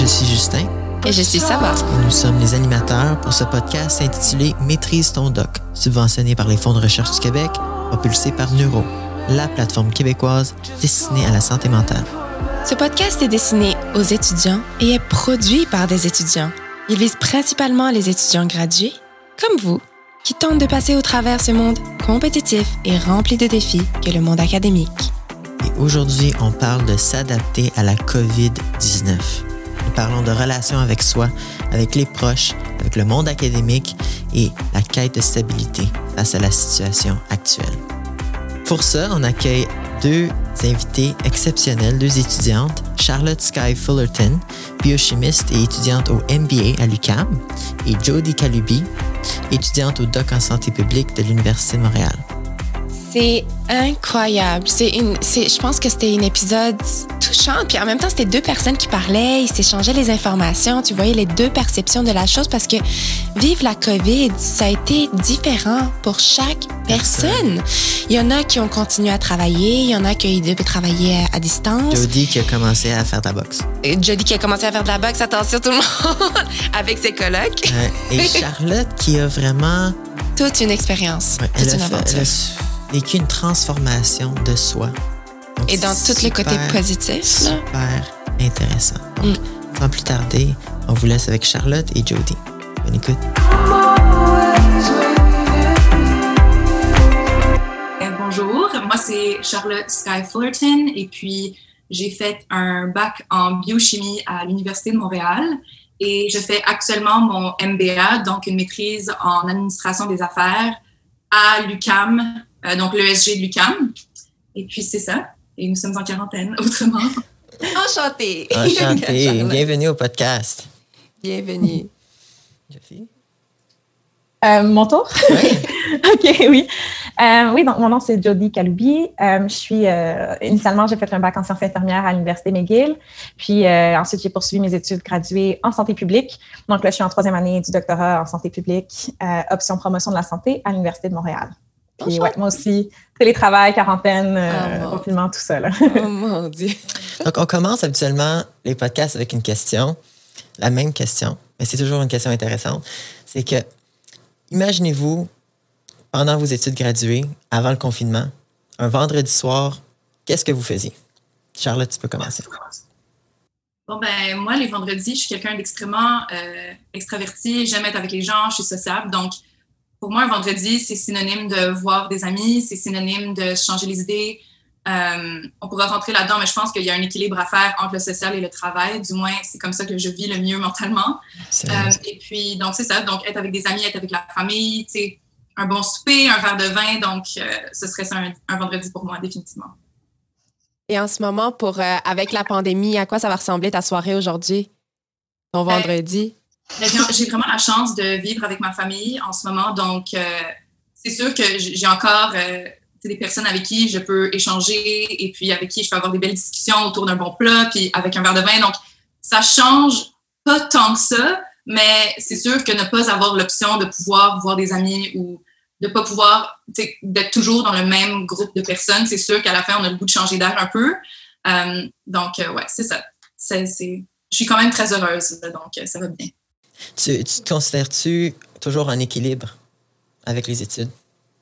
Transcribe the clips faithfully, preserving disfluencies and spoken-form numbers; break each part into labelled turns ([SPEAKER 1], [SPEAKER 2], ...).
[SPEAKER 1] suis Justin.
[SPEAKER 2] Et je suis Saba.
[SPEAKER 1] Nous sommes les animateurs pour ce podcast intitulé Maîtrise ton doc, subventionné par les fonds de recherche du Québec, propulsé par Neuro, la plateforme québécoise destinée à la santé mentale.
[SPEAKER 2] Ce podcast est destiné aux étudiants et est produit par des étudiants. Il vise principalement les étudiants gradués, comme vous, qui tentent de passer au travers ce monde compétitif et rempli de défis que le monde académique.
[SPEAKER 1] Et aujourd'hui, on parle de s'adapter à la covid dix-neuf. Nous parlons de relations avec soi, avec les proches, avec le monde académique et la quête de stabilité face à la situation actuelle. Pour ça, on accueille deux invités exceptionnels, deux étudiantes, Charlotte Skye Fullerton, biochimiste et étudiante au M B A à l'U Q A M, et Jody Kalubi, étudiante au doc en santé publique de l'Université de Montréal.
[SPEAKER 2] C'est incroyable. C'est une, c'est, je pense que c'était un épisode touchant. Puis en même temps, c'était deux personnes qui parlaient, ils s'échangeaient les informations. Tu voyais les deux perceptions de la chose parce que vivre la COVID, ça a été différent pour chaque personne. Il y en a qui ont continué à travailler, il y en a qui devaient travailler à, à distance.
[SPEAKER 1] Jody qui a commencé à faire de la boxe.
[SPEAKER 2] Et Jody qui a commencé à faire de la boxe, attention tout le monde, avec ses colocs.
[SPEAKER 1] Euh, et Charlotte qui a vraiment...
[SPEAKER 2] Toute une expérience,
[SPEAKER 1] ouais,
[SPEAKER 2] toute
[SPEAKER 1] elle
[SPEAKER 2] une
[SPEAKER 1] a fait,
[SPEAKER 2] aventure.
[SPEAKER 1] elle a vécu une transformation de soi. Donc,
[SPEAKER 2] et dans tout le côté positif.
[SPEAKER 1] Super
[SPEAKER 2] là.
[SPEAKER 1] intéressant. Donc, mm. sans plus tarder, on vous laisse avec Charlotte et Jody. Bonne écoute.
[SPEAKER 3] Bonjour, moi c'est Charlotte Skye Fullerton et puis j'ai fait un bac en biochimie à l'Université de Montréal et je fais actuellement mon M B A, donc une maîtrise en administration des affaires à l'U Q A M, euh, donc l'E S G de l'U Q A M. Et puis c'est ça, et nous sommes en quarantaine, autrement.
[SPEAKER 2] Enchantée!
[SPEAKER 1] Enchantée! Bienvenue au podcast.
[SPEAKER 2] Bienvenue.
[SPEAKER 1] Jessie?
[SPEAKER 4] Euh, mon tour?
[SPEAKER 1] Oui.
[SPEAKER 4] OK, oui. Euh, oui, donc mon nom, c'est Jody Kalubi. Euh, je suis, euh, initialement, j'ai fait un bac en sciences infirmières à l'Université McGill. Puis euh, ensuite, j'ai poursuivi mes études graduées en santé publique. Donc là, je suis en troisième année du doctorat en santé publique, euh, option promotion de la santé à l'Université de Montréal. Puis ouais, moi aussi, télétravail, quarantaine, euh, oh, confinement, tout ça. Là.
[SPEAKER 2] Oh mon Dieu!
[SPEAKER 1] Donc, on commence habituellement les podcasts avec une question, la même question, mais c'est toujours une question intéressante. C'est que, imaginez-vous, pendant vos études graduées, avant le confinement, un vendredi soir, qu'est-ce que vous faisiez? Charlotte, tu peux commencer.
[SPEAKER 3] Bon, ben moi, les vendredis, je suis quelqu'un d'extrêmement euh, extraverti. J'aime être avec les gens, je suis sociable. Donc, pour moi, un vendredi, c'est synonyme de voir des amis, c'est synonyme de changer les idées. Euh, on pourra rentrer là-dedans, mais je pense qu'il y a un équilibre à faire entre le social et le travail. Du moins, c'est comme ça que je vis le mieux mentalement. Euh, et puis, donc, c'est ça. Donc, être avec des amis, être avec la famille, tu sais, un bon souper, un verre de vin. Donc, euh, ce serait ça un, un vendredi pour moi, définitivement.
[SPEAKER 2] Et en ce moment, pour euh, avec la pandémie, à quoi ça va ressembler ta soirée aujourd'hui, ton vendredi?
[SPEAKER 3] Euh, j'ai vraiment la chance de vivre avec ma famille en ce moment. Donc, euh, c'est sûr que j'ai encore euh, des personnes avec qui je peux échanger et puis avec qui je peux avoir des belles discussions autour d'un bon plat puis avec un verre de vin. Donc, ça change pas tant que ça, mais c'est sûr que ne pas avoir l'option de pouvoir voir des amis ou de ne pas pouvoir, d'être toujours dans le même groupe de personnes, c'est sûr qu'à la fin, on a le goût de changer d'air un peu. Euh, donc, euh, ouais, c'est ça. C'est, c'est... Je suis quand même très heureuse, donc euh, ça va bien.
[SPEAKER 1] Tu, tu te considères-tu toujours en équilibre avec les études?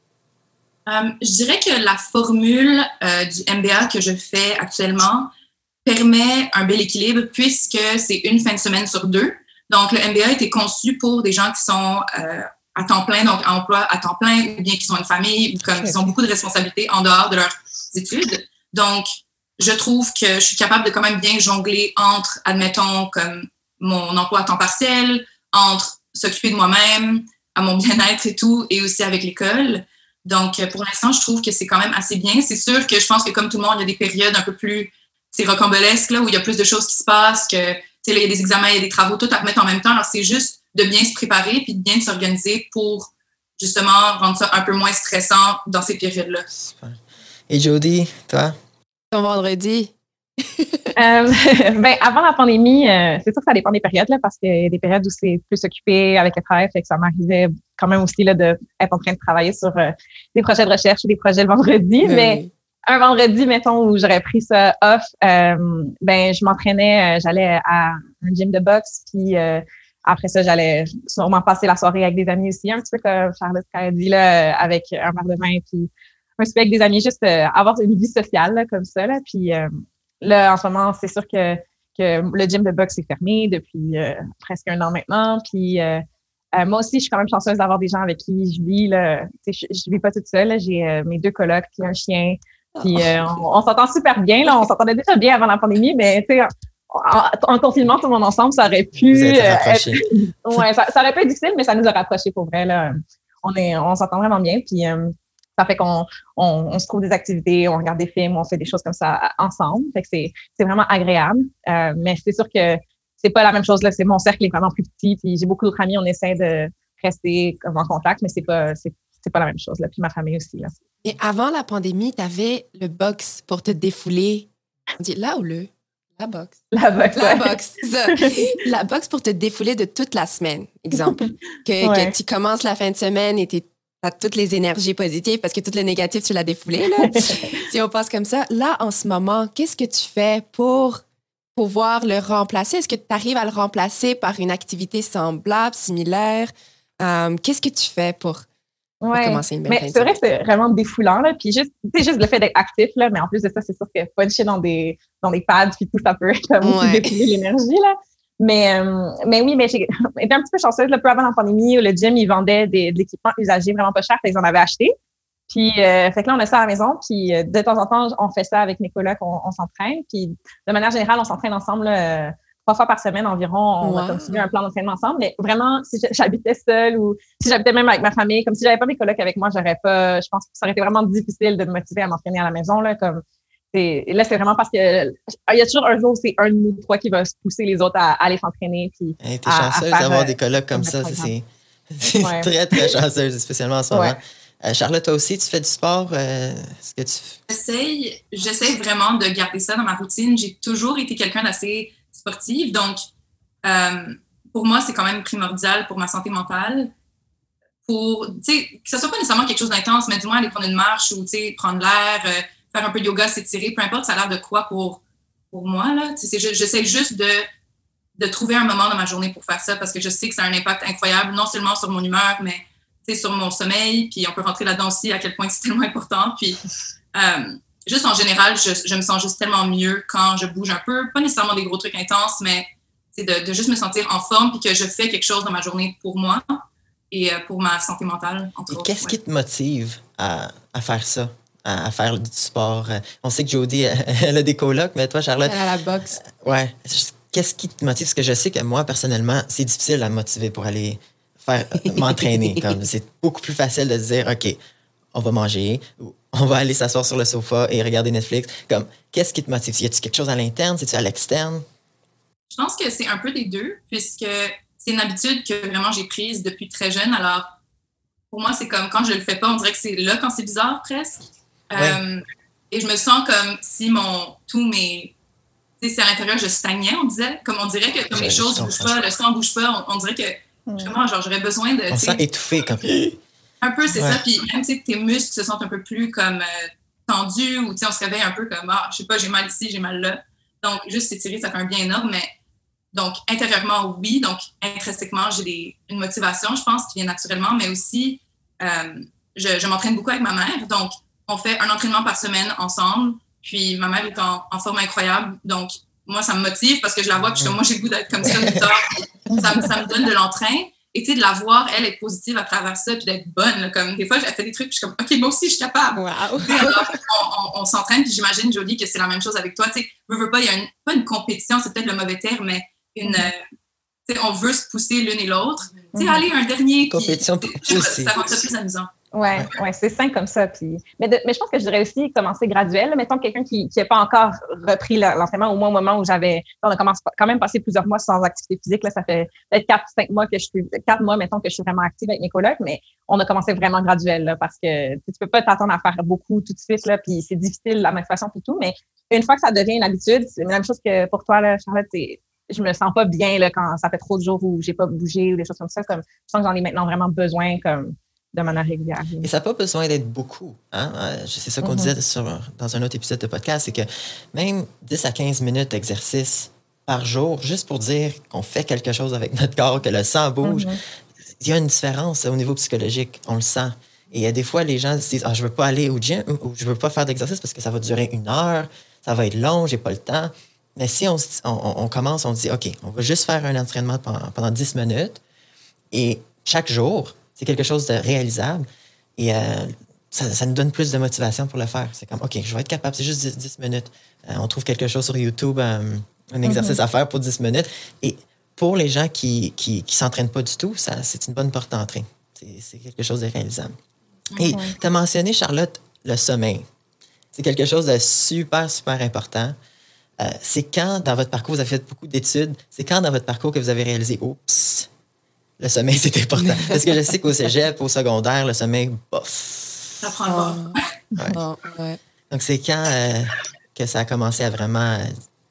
[SPEAKER 3] Euh, je dirais que la formule euh, du M B A que je fais actuellement permet un bel équilibre puisque c'est une fin de semaine sur deux. Donc, le M B A a été conçu pour des gens qui sont euh, à temps plein, donc emploi à temps plein, ou bien qui ont une famille, ou comme ils ont beaucoup de responsabilités en dehors de leurs études. Donc, je trouve que je suis capable de quand même bien jongler entre, admettons, comme mon emploi à temps partiel, entre s'occuper de moi-même, à mon bien-être et tout, et aussi avec l'école. Donc, pour l'instant, je trouve que c'est quand même assez bien. C'est sûr que je pense que comme tout le monde, il y a des périodes un peu plus, c'est rocambolesque, là, où il y a plus de choses qui se passent, que, tu sais, là, il y a des examens, il y a des travaux, tout à remettre en même temps. Alors, c'est juste de bien se préparer puis de bien s'organiser pour, justement, rendre ça un peu moins stressant dans ces périodes-là.
[SPEAKER 1] Super. Et Jody, toi?
[SPEAKER 2] Ton vendredi?
[SPEAKER 4] euh, ben, avant la pandémie, euh, c'est sûr que ça dépend des périodes, là, parce qu'il y a des périodes où c'est plus occupé avec le travail, fait que ça m'arrivait quand même aussi là, d'être en train de travailler sur euh, des projets de recherche ou des projets le vendredi, oui. mais un vendredi, mettons, où j'aurais pris ça off, euh, ben je m'entraînais, euh, j'allais à un gym de boxe, puis euh, après ça, j'allais sûrement passer la soirée avec des amis aussi, un petit peu comme Charlotte a dit, là, avec un verre de vin, puis un souper avec des amis, juste euh, avoir une vie sociale là, comme ça. Là. Puis euh, là, en ce moment, c'est sûr que, que le gym de boxe est fermé depuis euh, presque un an maintenant, puis euh, Euh, moi aussi, je suis quand même chanceuse d'avoir des gens avec qui je vis. Là. Je, je vis pas toute seule. Là. J'ai euh, mes deux colocs, puis un chien. Puis euh, on, on s'entend super bien. Là. On s'entendait déjà bien avant la pandémie, mais en, en, en confinement, tout le monde ensemble, ça aurait pu
[SPEAKER 1] Vous êtes
[SPEAKER 4] euh,
[SPEAKER 1] rapprochés.
[SPEAKER 4] être, ouais, ça, ça aurait pu être difficile, mais ça nous a rapprochés pour vrai. Là. On est, on s'entend vraiment bien. Puis euh, ça fait qu'on on, on se trouve des activités, on regarde des films, on fait des choses comme ça ensemble. Fait que c'est, c'est vraiment agréable. Euh, mais c'est sûr que c'est pas la même chose là, c'est mon cercle est vraiment plus petit, puis j'ai beaucoup d'autres amis, on essaie de rester comme en contact, mais c'est pas c'est, c'est pas la même chose là, puis ma famille aussi là.
[SPEAKER 2] Et avant la pandémie, tu avais le box pour te défouler. On dit là ou le la boxe.
[SPEAKER 4] La boxe.
[SPEAKER 2] La
[SPEAKER 4] ouais.
[SPEAKER 2] boxe, ça. La boxe pour te défouler de toute la semaine, exemple. Que,
[SPEAKER 4] Ouais.
[SPEAKER 2] que tu commences la fin de semaine et tu as toutes les énergies positives parce que tout le négatif, tu l'as défoulé là. Si on passe comme ça, là en ce moment, qu'est-ce que tu fais pour pouvoir le remplacer? Est-ce que tu arrives à le remplacer par une activité semblable, similaire? Euh, qu'est-ce que tu fais pour, pour
[SPEAKER 4] Ouais.
[SPEAKER 2] commencer une belle
[SPEAKER 4] Mais
[SPEAKER 2] fin de
[SPEAKER 4] c'est vrai
[SPEAKER 2] semaine?
[SPEAKER 4] que c'est vraiment défoulant là, puis juste tu sais juste le fait d'être actif là, mais en plus de ça, c'est sûr que puncher dans des dans des pads puis tout ça peut comme aussi
[SPEAKER 2] Ouais.
[SPEAKER 4] dépouiller l'énergie là. Mais euh, mais oui, mais j'ai été un petit peu chanceuse là, peu avant la pandémie où le gym ils vendaient des, de l'équipement usagé vraiment pas cher, fait qu'ils en avaient acheté. Puis, euh, fait que là, on a ça à la maison. Puis, euh, de temps en temps, on fait ça avec mes colocs, on, on s'entraîne. Puis, de manière générale, on s'entraîne ensemble là, euh, trois fois par semaine environ. On
[SPEAKER 2] Wow.
[SPEAKER 4] a comme suivi un plan d'entraînement ensemble. Mais vraiment, si j'habitais seule ou si j'habitais même avec ma famille, comme si j'avais pas mes colocs avec moi, j'aurais pas. Je pense que ça aurait été vraiment difficile de me motiver à m'entraîner à la maison là. Comme c'est, là, c'est vraiment parce que il y a toujours un jour où c'est un de nous trois qui va se pousser les autres à, à aller s'entraîner. Puis,
[SPEAKER 1] Hey, t'es
[SPEAKER 4] à- à
[SPEAKER 1] chanceuse
[SPEAKER 4] faire,
[SPEAKER 1] d'avoir
[SPEAKER 4] euh,
[SPEAKER 1] des colocs comme
[SPEAKER 4] un
[SPEAKER 1] ça. ça,
[SPEAKER 4] programme.
[SPEAKER 1] c'est c'est
[SPEAKER 4] Ouais.
[SPEAKER 1] très, très chanceuse, spécialement en ce moment.
[SPEAKER 4] Ouais.
[SPEAKER 1] Euh, Charlotte, toi aussi, tu fais du sport? Euh, est-ce que tu...
[SPEAKER 3] J'essaye, j'essaie vraiment de garder ça dans ma routine. J'ai toujours été quelqu'un d'assez sportif, donc euh, pour moi, c'est quand même primordial pour ma santé mentale. Pour, tu sais, que ce soit pas nécessairement quelque chose d'intense, mais du moins aller prendre une marche ou, tu sais, prendre l'air, euh, faire un peu de yoga, s'étirer, peu importe, ça a l'air de quoi pour, pour moi, là. Tu sais, c'est ju- j'essaie juste de, de trouver un moment dans ma journée pour faire ça parce que je sais que ça a un impact incroyable, non seulement sur mon humeur, mais tu sais, sur mon sommeil, puis on peut rentrer là-dedans aussi à quel point c'est tellement important. Puis, euh, juste en général, je, je me sens juste tellement mieux quand je bouge un peu, pas nécessairement des gros trucs intenses, mais c'est de, de juste me sentir en forme puis que je fais quelque chose dans ma journée pour moi et euh, pour ma santé mentale, entre
[SPEAKER 1] Et
[SPEAKER 3] autres.
[SPEAKER 1] qu'est-ce
[SPEAKER 3] ouais.
[SPEAKER 1] qui te motive à, à faire ça, à, à faire du sport? Euh, On sait que Jodie, elle, elle a des colocs, mais toi, Charlotte,
[SPEAKER 2] À la boxe.
[SPEAKER 1] ouais. Qu'est-ce qui te motive? Parce que je sais que moi, personnellement, c'est difficile à me motiver pour aller faire euh, m'entraîner. Comme c'est beaucoup plus facile de se dire, OK, on va manger, ou on va aller s'asseoir sur le sofa et regarder Netflix. Comme, qu'est-ce qui te motive? Y a-t-il quelque chose à l'interne? C'est-tu à l'externe?
[SPEAKER 3] Je pense que c'est un peu des deux, puisque c'est une habitude que vraiment j'ai prise depuis très jeune. Alors, pour moi, c'est comme quand je le fais pas, on dirait que c'est là quand c'est bizarre presque.
[SPEAKER 1] Ouais.
[SPEAKER 3] Euh, et je me sens comme si mon tous mes tu sais, c'est à l'intérieur, je stagnais, on disait. Comme on dirait que comme
[SPEAKER 1] Je-
[SPEAKER 3] les
[SPEAKER 1] je
[SPEAKER 3] choses ne bougent
[SPEAKER 1] comprends.
[SPEAKER 3] pas, le sang ne bouge pas, on, on dirait que justement, genre, j'aurais besoin de.
[SPEAKER 1] On
[SPEAKER 3] tu
[SPEAKER 1] se
[SPEAKER 3] sais,
[SPEAKER 1] sent étouffé comme.
[SPEAKER 3] un peu, c'est
[SPEAKER 1] Ouais.
[SPEAKER 3] ça. Puis même, tu sais, tes muscles se sentent un peu plus comme euh, tendus ou, tu sais, on se réveille un peu comme, ah, je sais pas, j'ai mal ici, j'ai mal là. Donc, juste s'étirer, ça fait un bien énorme. Mais donc, intérieurement, oui. Donc, intrinsèquement, j'ai des, une motivation, je pense, qui vient naturellement. Mais aussi, euh, je, je m'entraîne beaucoup avec ma mère. Donc, on fait un entraînement par semaine ensemble. Puis, ma mère est en, en forme incroyable. Donc, moi, ça me motive parce que je la vois. Puis, je suis comme, moi, j'ai le goût d'être comme ça plus tard. ça, me- ça me donne de l'entrain. Et tu sais, de la voir, elle, être positive à travers ça, puis d'être bonne. Là, comme, des fois, elle fait des trucs, puis je suis comme, OK, moi aussi, je suis capable.
[SPEAKER 2] Wow.
[SPEAKER 3] Alors, on, on, on s'entraîne, puis j'imagine, Jodie, que c'est la même chose avec toi. Tu sais, veux, veux pas, il y a une, pas une compétition, c'est peut-être le mauvais terme, mais une, euh, tu sais, on veut se pousser l'une et l'autre. Tu sais, allez, un dernier. Puis,
[SPEAKER 1] Compétition
[SPEAKER 3] je sais pas,
[SPEAKER 1] aussi.
[SPEAKER 3] ça rend ça plus amusant.
[SPEAKER 4] Ouais, ouais, c'est sain comme ça. Puis, mais, de- mais je pense que je dirais aussi commencer graduel. Là. Mettons quelqu'un qui n'a pas encore repris la- l'entraînement, au moins au moment où j'avais. On a commencé, quand même passé plusieurs mois sans activité physique. Là, ça fait peut-être quatre, cinq mois que je suis. Quatre mois, mettons, que je suis vraiment active avec mes colocs, mais on a commencé vraiment graduel là, parce que tu peux pas t'attendre à faire beaucoup tout de suite, là, puis c'est difficile la motivation et tout. Mais une fois que ça devient une habitude, c'est la même chose que pour toi, là, Charlotte, c'est. Je me sens pas bien là, quand ça fait trop de jours où j'ai pas bougé ou des choses comme ça. Comme, je sens que j'en ai maintenant vraiment besoin. Comme, de manière régulière.
[SPEAKER 1] Et ça n'a pas besoin d'être beaucoup. Hein? C'est ça qu'on mm-hmm. disait sur, dans un autre épisode de podcast, c'est que même dix à quinze minutes d'exercice par jour, juste pour dire qu'on fait quelque chose avec notre corps, que le sang bouge, mm-hmm. il y a une différence au niveau psychologique. On le sent. Et il y a des fois, les gens se disent ah, « je ne veux pas aller au gym ou je ne veux pas faire d'exercice parce que ça va durer une heure, ça va être long, je n'ai pas le temps. » Mais si on, on, on commence, on dit « OK, on va juste faire un entraînement pendant, pendant dix minutes et chaque jour, c'est quelque chose de réalisable et euh, ça, ça nous donne plus de motivation pour le faire. C'est comme, OK, je vais être capable, c'est juste dix, dix minutes. Euh, on trouve quelque chose sur YouTube, euh, un exercice mm-hmm. à faire pour dix minutes. Et pour les gens qui qui, qui s'entraînent pas du tout, ça, c'est une bonne porte d'entrée. C'est, c'est quelque chose de réalisable. Mm-hmm. Et tu as mentionné, Charlotte, le sommeil. C'est quelque chose de super, super important. Euh, c'est quand, dans votre parcours, vous avez fait beaucoup d'études, c'est quand, dans votre parcours, que vous avez réalisé, oups, le sommeil, c'est important. Parce que je sais qu'au cégep, au secondaire, le sommeil, bof.
[SPEAKER 3] Ça prend pas.
[SPEAKER 1] Ouais. Oh, ouais. Donc, c'est quand euh, que ça a commencé à vraiment.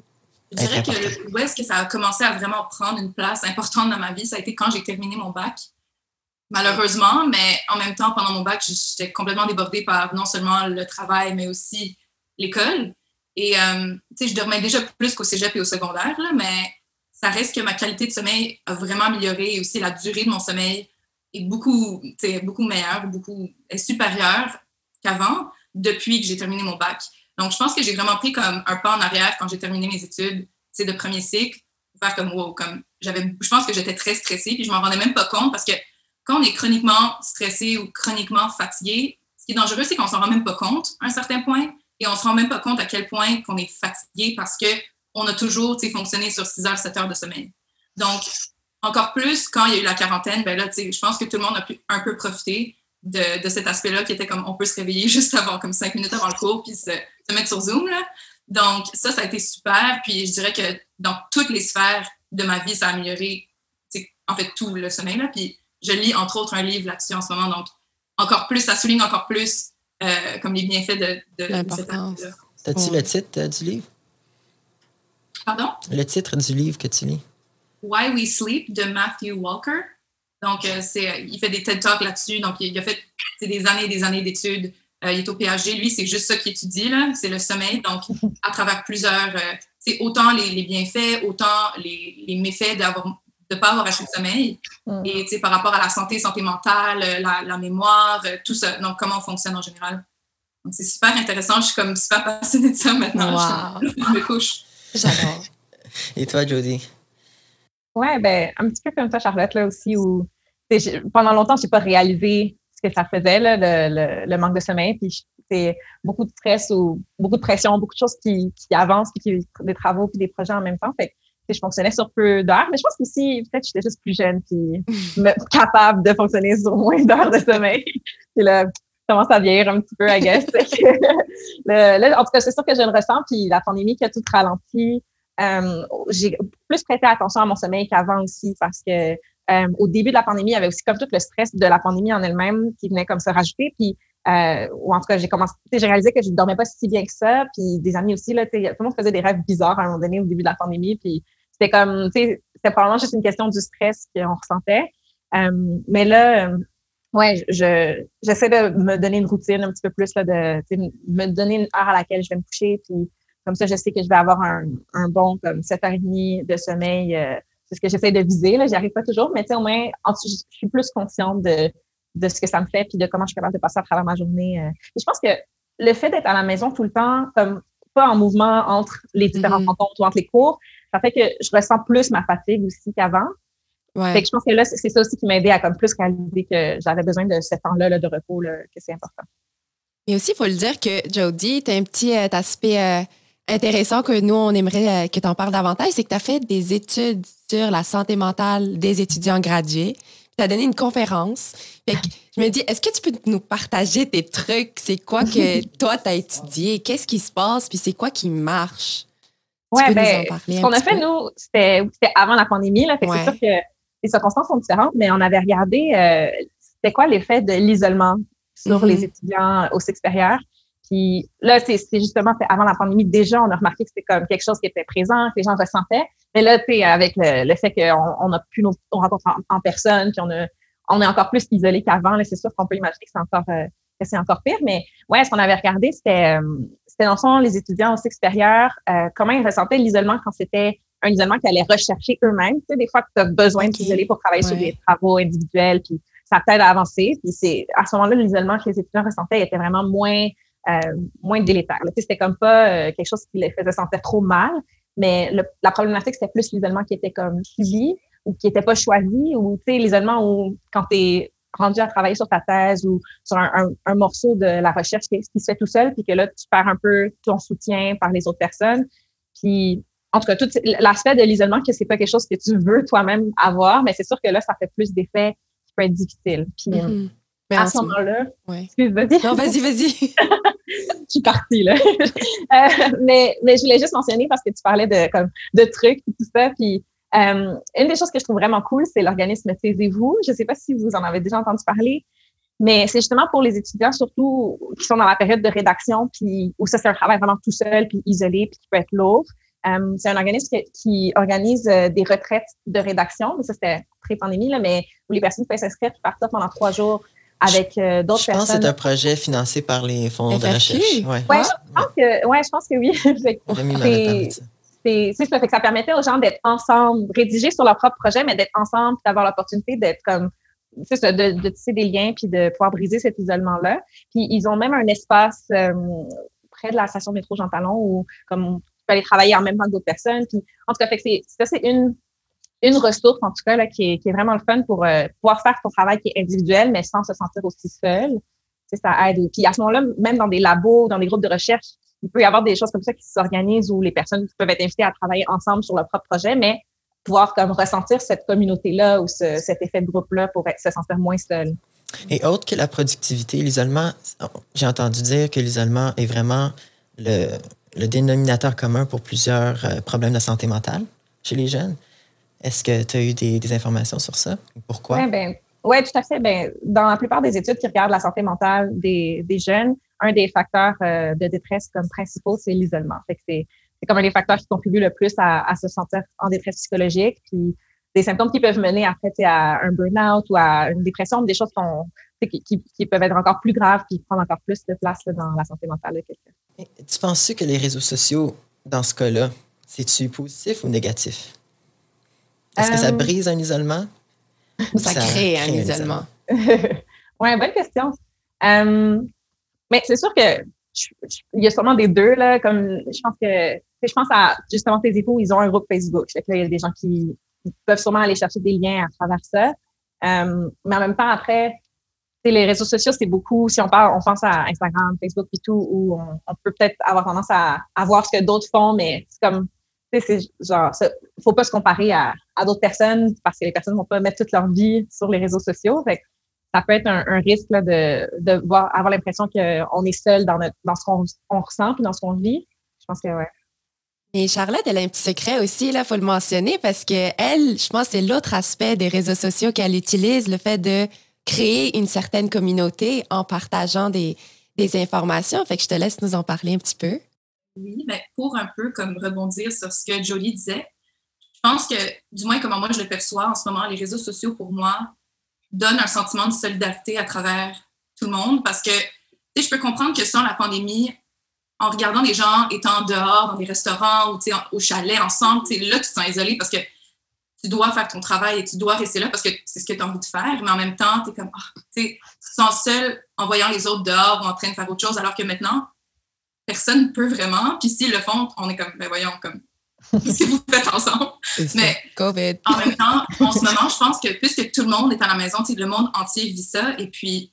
[SPEAKER 3] Je dirais que le, où est-ce que ça a commencé à vraiment prendre une place importante dans ma vie, ça a été quand j'ai terminé mon bac. Malheureusement, mais en même temps, pendant mon bac, j'étais complètement débordée par non seulement le travail, mais aussi l'école. Et, euh, tu sais, je dormais déjà plus qu'au cégep et au secondaire, là, mais ça reste que ma qualité de sommeil a vraiment amélioré et aussi la durée de mon sommeil est beaucoup, beaucoup meilleure, beaucoup, est supérieure qu'avant depuis que j'ai terminé mon bac. Donc, je pense que j'ai vraiment pris comme un pas en arrière quand j'ai terminé mes études de premier cycle, faire comme wow, comme j'avais, je pense que j'étais très stressée puis je m'en rendais même pas compte parce que quand on est chroniquement stressé ou chroniquement fatigué, ce qui est dangereux, c'est qu'on s'en rend même pas compte à un certain point et on se rend même pas compte à quel point qu'on est fatigué parce que on a toujours fonctionné sur six heures, sept heures de sommeil. Donc, encore plus, quand il y a eu la quarantaine, ben là, je pense que tout le monde a pu un peu profiter de, de cet aspect-là qui était comme on peut se réveiller juste avant, comme cinq minutes avant le cours, puis se, se mettre sur Zoom. Là. Donc, ça, ça a été super. Puis, je dirais que dans toutes les sphères de ma vie, ça a amélioré, en fait, tout le sommeil. Là. Puis, je lis, entre autres, un livre là-dessus en ce moment. Donc, encore plus, ça souligne encore plus euh, comme les bienfaits de, de, de cette activité-là.
[SPEAKER 1] T'as-tu le titre euh, du livre?
[SPEAKER 3] Pardon?
[SPEAKER 1] Le titre du livre que tu lis.
[SPEAKER 3] Why We Sleep de Matthew Walker. Donc, euh, c'est, il fait des TED Talks là-dessus. Donc, il, il a fait des années et des années d'études. Euh, il est au P H D. Lui, c'est juste ça qu'il étudie, là. C'est le sommeil. Donc, à travers plusieurs... Euh, c'est autant les, les bienfaits, autant les, les méfaits d'avoir, de ne pas avoir assez de sommeil. Mm. Et par rapport à la santé, santé mentale, la, la mémoire, tout ça. Donc, comment on fonctionne en général. Donc, c'est super intéressant. Je suis comme super passionnée de ça maintenant.
[SPEAKER 2] Wow.
[SPEAKER 3] Je, je me couche.
[SPEAKER 2] J'adore.
[SPEAKER 1] Et toi, Jody?
[SPEAKER 4] Oui, ben un petit peu comme toi, Charlotte, là aussi, où pendant longtemps, je n'ai pas réalisé ce que ça faisait, là, le, le, le manque de sommeil. Puis c'est beaucoup de stress ou beaucoup de pression, beaucoup de choses qui, qui avancent, puis qui, des travaux, puis des projets en même temps. Fait que je fonctionnais sur peu d'heures, mais je pense aussi, peut-être que j'étais juste plus jeune, puis me, capable de fonctionner sur moins d'heures de sommeil. Puis là, je commence à vieillir un petit peu, I guess. le, là, en tout cas, c'est sûr que je le ressens, puis la pandémie qui a tout ralenti. Euh, j'ai plus prêté attention à mon sommeil qu'avant aussi parce que euh, au début de la pandémie, il y avait aussi comme tout le stress de la pandémie en elle-même qui venait comme se rajouter. Puis, euh, ou en tout cas, j'ai commencé, j'ai réalisé que je ne dormais pas si bien que ça. Puis des amis aussi, là, tout le monde faisait des rêves bizarres à un moment donné au début de la pandémie. Puis c'était comme, tu sais, c'était probablement juste une question du stress qu'on ressentait. Euh, mais là, euh, ouais, je, j'essaie de me donner une routine un petit peu plus là, de, tu sais, me donner une heure à laquelle je vais me coucher. Puis comme ça, je sais que je vais avoir un, un bon comme sept heures trente de sommeil. Euh, c'est ce que j'essaie de viser. Là, j'y arrive pas toujours, mais tu sais, au moins, en, je suis plus consciente de, de ce que ça me fait puis de comment je suis capable de passer à travers ma journée. Euh. Et je pense que le fait d'être à la maison tout le temps, comme pas en mouvement entre les différentes mm-hmm. rencontres ou entre les cours, ça fait que je ressens plus ma fatigue aussi qu'avant.
[SPEAKER 2] Ouais.
[SPEAKER 4] Fait que je pense que là, c'est, c'est ça aussi qui m'a aidé à comme plus réaliser que j'avais besoin de ce temps-là là, de repos, là, que c'est important.
[SPEAKER 2] Mais aussi, il faut le dire que, Jody, tu as un petit euh, aspect... Euh, intéressant que nous, on aimerait euh, que tu en parles davantage, c'est que tu as fait des études sur la santé mentale des étudiants gradués. Tu as donné une conférence. Fait que je me dis, est-ce que tu peux nous partager tes trucs? C'est quoi que toi, tu as étudié? Qu'est-ce qui se passe? Puis c'est quoi qui marche?
[SPEAKER 4] Oui, bien, ce qu'on a fait, peu? nous, c'était, c'était avant la pandémie. Là, fait que ouais. C'est sûr que les circonstances sont différentes, mais on avait regardé euh, c'était quoi l'effet de l'isolement sur mm-hmm. les étudiants au supérieur. Puis là, c'est, c'est justement c'est avant la pandémie, déjà, on a remarqué que c'était comme quelque chose qui était présent, que les gens ressentaient. Mais là, tu sais, avec le, le fait qu'on on a pu nos, nos rencontres en, en personne, puis on a, on est encore plus isolé qu'avant. Là, c'est sûr qu'on peut imaginer que c'est encore, euh, que c'est encore pire. Mais ouais, ce qu'on avait regardé, c'était, euh, c'était dans le fond, les étudiants au cycle supérieur, euh, comment ils ressentaient l'isolement quand c'était un isolement qu'ils allaient rechercher eux-mêmes. Tu sais, des fois, tu as besoin okay. de t'isoler pour travailler ouais. sur des travaux individuels, puis ça t'aide à avancer. Puis c'est à ce moment-là, l'isolement que les étudiants ressentaient était vraiment moins, euh, moins délétère. Là, tu sais, c'était comme pas euh, quelque chose qui les faisait sentir trop mal, mais le, la problématique, c'était plus l'isolement qui était comme subi ou qui était pas choisi, ou tu sais, l'isolement où quand tu es rendu à travailler sur ta thèse ou sur un, un, un morceau de la recherche qui, qui se fait tout seul, puis que là, tu perds un peu ton soutien par les autres personnes. Puis, en tout cas, tout l'aspect de l'isolement, que c'est pas quelque chose que tu veux toi-même avoir, mais c'est sûr que là, ça fait plus d'effets qui peuvent être difficiles. Puis, mm-hmm. à ce moment-là,
[SPEAKER 2] ouais.
[SPEAKER 4] excuse, vas-y.
[SPEAKER 2] Non, vas-y, vas-y.
[SPEAKER 4] Je suis partie, là. euh, mais, mais je voulais juste mentionner parce que tu parlais de, comme, de trucs et tout ça, puis Euh, une des choses que je trouve vraiment cool, c'est l'organisme Taisez-vous. Je ne sais pas si vous en avez déjà entendu parler, mais c'est justement pour les étudiants, surtout qui sont dans la période de rédaction, puis où ça, c'est un travail vraiment tout seul, puis isolé, puis qui peut être lourd. Euh, c'est un organisme qui, qui organise euh, des retraites de rédaction, mais ça, c'était pré-pandémie, là, mais où les personnes peuvent s'inscrire et partir pendant trois jours avec euh, d'autres
[SPEAKER 1] je
[SPEAKER 4] personnes.
[SPEAKER 1] Je pense que c'est un projet financé par les fonds F F Q. De recherche.
[SPEAKER 4] Ouais, ouais, je pense que, ouais, je pense que oui.
[SPEAKER 1] Rémi m'avait parlé de ça.
[SPEAKER 4] C'est, c'est ça, fait que ça permettait aux gens d'être ensemble, rédiger sur leur propre projet, mais d'être ensemble, puis d'avoir l'opportunité d'être comme, c'est ça, de, de tisser des liens, puis de pouvoir briser cet isolement-là. Puis ils ont même un espace euh, près de la station de métro Jean Talon où comme tu peux aller travailler en même temps que d'autres personnes. Puis en tout cas, fait que c'est, ça c'est une une ressource en tout cas là qui est, qui est vraiment le fun pour euh, pouvoir faire ton travail qui est individuel, mais sans se sentir aussi seul. C'est ça aide. Puis à ce moment-là, même dans des labos, dans des groupes de recherche, il peut y avoir des choses comme ça qui s'organisent où les personnes peuvent être invitées à travailler ensemble sur leur propre projet, mais pouvoir comme ressentir cette communauté-là ou ce, cet effet de groupe-là pour être, se sentir moins seul.
[SPEAKER 1] Et autre que la productivité, l'isolement, j'ai entendu dire que l'isolement est vraiment le, le dénominateur commun pour plusieurs euh, problèmes de santé mentale chez les jeunes. Est-ce que tu as eu des, des informations sur ça? Pourquoi?
[SPEAKER 4] Oui, ben, ouais, tout à fait. Ben, dans la plupart des études qui regardent la santé mentale des, des jeunes, un des facteurs euh, de détresse comme principaux, c'est l'isolement. Fait que c'est, c'est comme un des facteurs qui contribuent le plus à, à se sentir en détresse psychologique. Puis des symptômes qui peuvent mener après à un burn-out ou à une dépression, des choses qu'on, qui, qui, qui peuvent être encore plus graves puis prendre encore plus de place là, dans la santé mentale de quelqu'un.
[SPEAKER 1] Et tu penses-tu que les réseaux sociaux, dans ce cas-là, c'est-tu positif ou négatif? Est-ce euh... que ça brise un isolement?
[SPEAKER 2] Ça, ça crée, crée un, un isolement.
[SPEAKER 4] isolement. Oui, bonne question. Euh, mais c'est sûr que je, je, il y a sûrement des deux, là, comme je pense que je pense à justement tes époux, ils ont un groupe Facebook. Fait que là, il y a des gens qui, qui peuvent sûrement aller chercher des liens à travers ça. Euh, mais en même temps, après, les réseaux sociaux, c'est beaucoup, si on parle, on pense à Instagram, Facebook et tout, où on, on peut peut-être avoir tendance à, à voir ce que d'autres font, mais c'est comme, tu sais, c'est genre, il faut pas se comparer à, à d'autres personnes parce que les personnes vont pas mettre toute leur vie sur les réseaux sociaux. Fait que ça peut être un, un risque là, de, de voir, avoir l'impression qu'on est seul dans, notre, dans ce qu'on on ressent et dans ce qu'on vit. Je pense que, ouais.
[SPEAKER 2] Et Charlotte, elle a un petit secret aussi, là, faut le mentionner, parce que elle, je pense que c'est l'autre aspect des réseaux sociaux qu'elle utilise, le fait de créer une certaine communauté en partageant des, des informations. Fait que je te laisse nous en parler un petit peu.
[SPEAKER 3] Oui, mais pour un peu comme rebondir sur ce que Jolie disait, je pense que, du moins comment moi je le perçois en ce moment, les réseaux sociaux pour moi donnent un sentiment de solidarité à travers tout le monde parce que, tu sais, je peux comprendre que sans la pandémie, en regardant des gens étant dehors, dans des restaurants ou au chalet ensemble, là, tu te sens isolé parce que tu dois faire ton travail et tu dois rester là parce que c'est ce que tu as envie de faire, mais en même temps, tu es comme, oh, tu te sens seul en voyant les autres dehors ou en train de faire autre chose, alors que maintenant, personne ne peut vraiment. Puis s'ils le font, on est comme, ben voyons, comme, qu'est-ce que vous faites ensemble? Mais
[SPEAKER 2] COVID.
[SPEAKER 3] En même temps, en ce moment, je pense que puisque tout le monde est à la maison, le monde entier vit ça, et puis,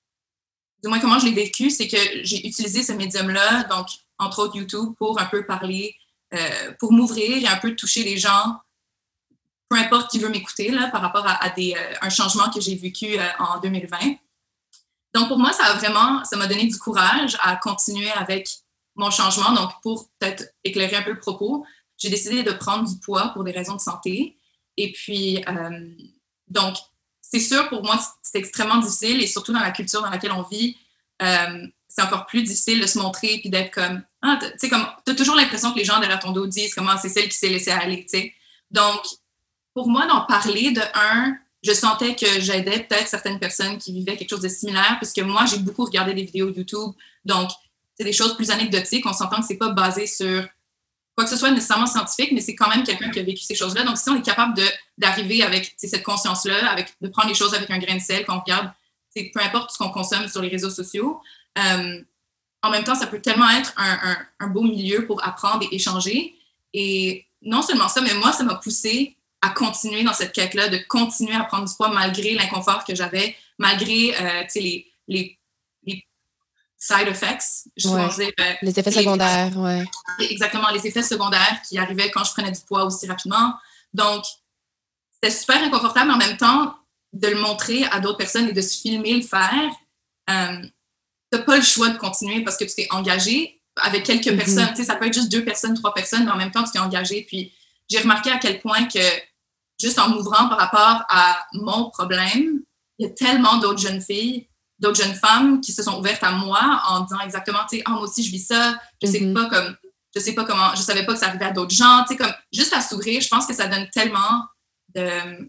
[SPEAKER 3] du moins comment je l'ai vécu, c'est que j'ai utilisé ce médium-là, donc entre autres YouTube, pour un peu parler, euh, pour m'ouvrir et un peu toucher les gens, peu importe qui veut m'écouter, là, par rapport à, à des, euh, un changement que j'ai vécu euh, en deux mille vingt. Donc, pour moi, ça a vraiment, ça m'a donné du courage à continuer avec mon changement. Donc, pour peut-être éclairer un peu le propos, j'ai décidé de prendre du poids pour des raisons de santé. Et puis, euh, donc, c'est sûr, pour moi, c'est extrêmement difficile et surtout dans la culture dans laquelle on vit, euh, c'est encore plus difficile de se montrer puis d'être comme, ah, tu sais, comme, t'as toujours l'impression que les gens derrière ton dos disent comment c'est celle qui s'est laissée aller, tu sais. Donc, pour moi, d'en parler, de un, je sentais que j'aidais peut-être certaines personnes qui vivaient quelque chose de similaire, puisque moi, j'ai beaucoup regardé des vidéos YouTube. Donc, c'est des choses plus anecdotiques. On s'entend que c'est pas basé sur quoi que ce soit nécessairement scientifique, mais c'est quand même quelqu'un qui a vécu ces choses-là. Donc, si on est capable de, d'arriver avec cette conscience-là, avec, de prendre les choses avec un grain de sel, qu'on regarde, peu importe ce qu'on consomme sur les réseaux sociaux, euh, en même temps, ça peut tellement être un, un, un beau milieu pour apprendre et échanger. Et non seulement ça, mais moi, ça m'a poussée à continuer dans cette quête-là, de continuer à prendre du poids malgré l'inconfort que j'avais, malgré euh, les, les, les side effects. Je
[SPEAKER 2] ouais.
[SPEAKER 3] dire, euh,
[SPEAKER 2] les effets secondaires, oui.
[SPEAKER 3] Ouais. Exactement, les effets secondaires qui arrivaient quand je prenais du poids aussi rapidement. Donc, c'était super inconfortable, mais en même temps, de le montrer à d'autres personnes et de se filmer le faire, euh, tu n'as pas le choix de continuer parce que tu t'es engagé avec quelques mm-hmm. personnes. Tu sais, ça peut être juste deux personnes, trois personnes, mais en même temps, tu t'es engagé. Puis, j'ai remarqué à quel point que, juste en m'ouvrant par rapport à mon problème, il y a tellement d'autres jeunes filles, d'autres jeunes femmes qui se sont ouvertes à moi en disant exactement, tu sais, ah, moi aussi, je vis ça. Je sais mm-hmm. pas comme, je sais pas comment, je savais pas que ça arrivait à d'autres gens. Tu sais, comme, juste à s'ouvrir, je pense que ça donne tellement de...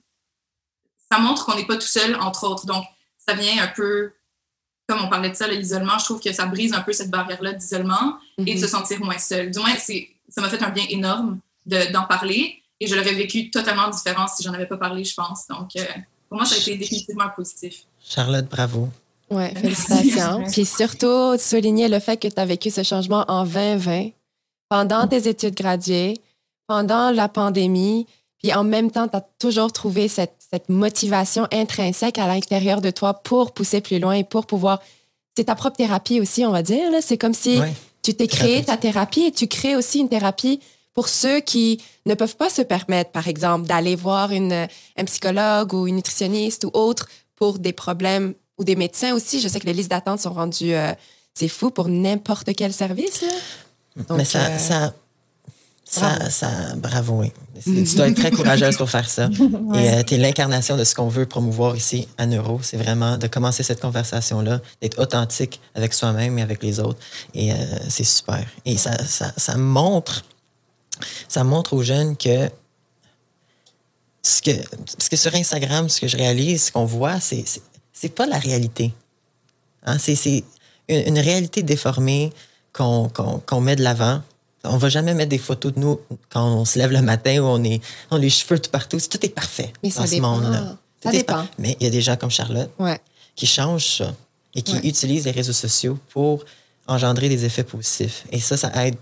[SPEAKER 3] Ça montre qu'on n'est pas tout seul, entre autres. Donc, ça vient un peu, comme on parlait de ça, là, l'isolement, je trouve que ça brise un peu cette barrière-là d'isolement mm-hmm. et de se sentir moins seul. Du moins, c'est, ça m'a fait un bien énorme de, d'en parler et je l'aurais vécu totalement différent si j'en avais pas parlé, je pense. Donc, euh, pour moi, ça a été définitivement positif.
[SPEAKER 1] Charlotte, bravo.
[SPEAKER 2] Oui, félicitations. Puis surtout, souligner le fait que tu as vécu ce changement en vingt vingt, pendant tes études graduées, pendant la pandémie. Puis en même temps, tu as toujours trouvé cette, cette motivation intrinsèque à l'intérieur de toi pour pousser plus loin et pour pouvoir... C'est ta propre thérapie aussi, on va dire. Là. C'est comme si ouais, tu t'es créé ta thérapie et tu crées aussi une thérapie pour ceux qui ne peuvent pas se permettre, par exemple, d'aller voir une, un psychologue ou une nutritionniste ou autre pour des problèmes, ou des médecins aussi. Je sais que les listes d'attente sont rendues... Euh, c'est fou pour n'importe quel service. Là.
[SPEAKER 1] Donc, Mais ça... Euh... ça... Ça, bravo. ça, bravo, oui. Tu dois être très courageuse pour faire ça. ouais. Et euh, tu es l'incarnation de ce qu'on veut promouvoir ici à Neuro. C'est vraiment de commencer cette conversation-là, d'être authentique avec soi-même et avec les autres. Et euh, c'est super. Et ça, ça, ça montre, ça montre aux jeunes que ce que, parce que sur Instagram, ce que je réalise, ce qu'on voit, c'est, c'est, c'est pas la réalité. Hein? C'est, c'est une, une réalité déformée qu'on, qu'on, qu'on met de l'avant. On va jamais mettre des photos de nous quand on se lève le matin où on est, on a les cheveux tout partout. Tout est parfait
[SPEAKER 2] Mais ça
[SPEAKER 1] dans ce
[SPEAKER 2] dépend.
[SPEAKER 1] monde-là.
[SPEAKER 2] Ça
[SPEAKER 1] tout
[SPEAKER 2] dépend.
[SPEAKER 1] Par... Mais il y a des gens comme Charlotte
[SPEAKER 2] ouais.
[SPEAKER 1] qui changent ça et qui
[SPEAKER 2] ouais.
[SPEAKER 1] utilisent les réseaux sociaux pour engendrer des effets positifs. Et ça, ça aide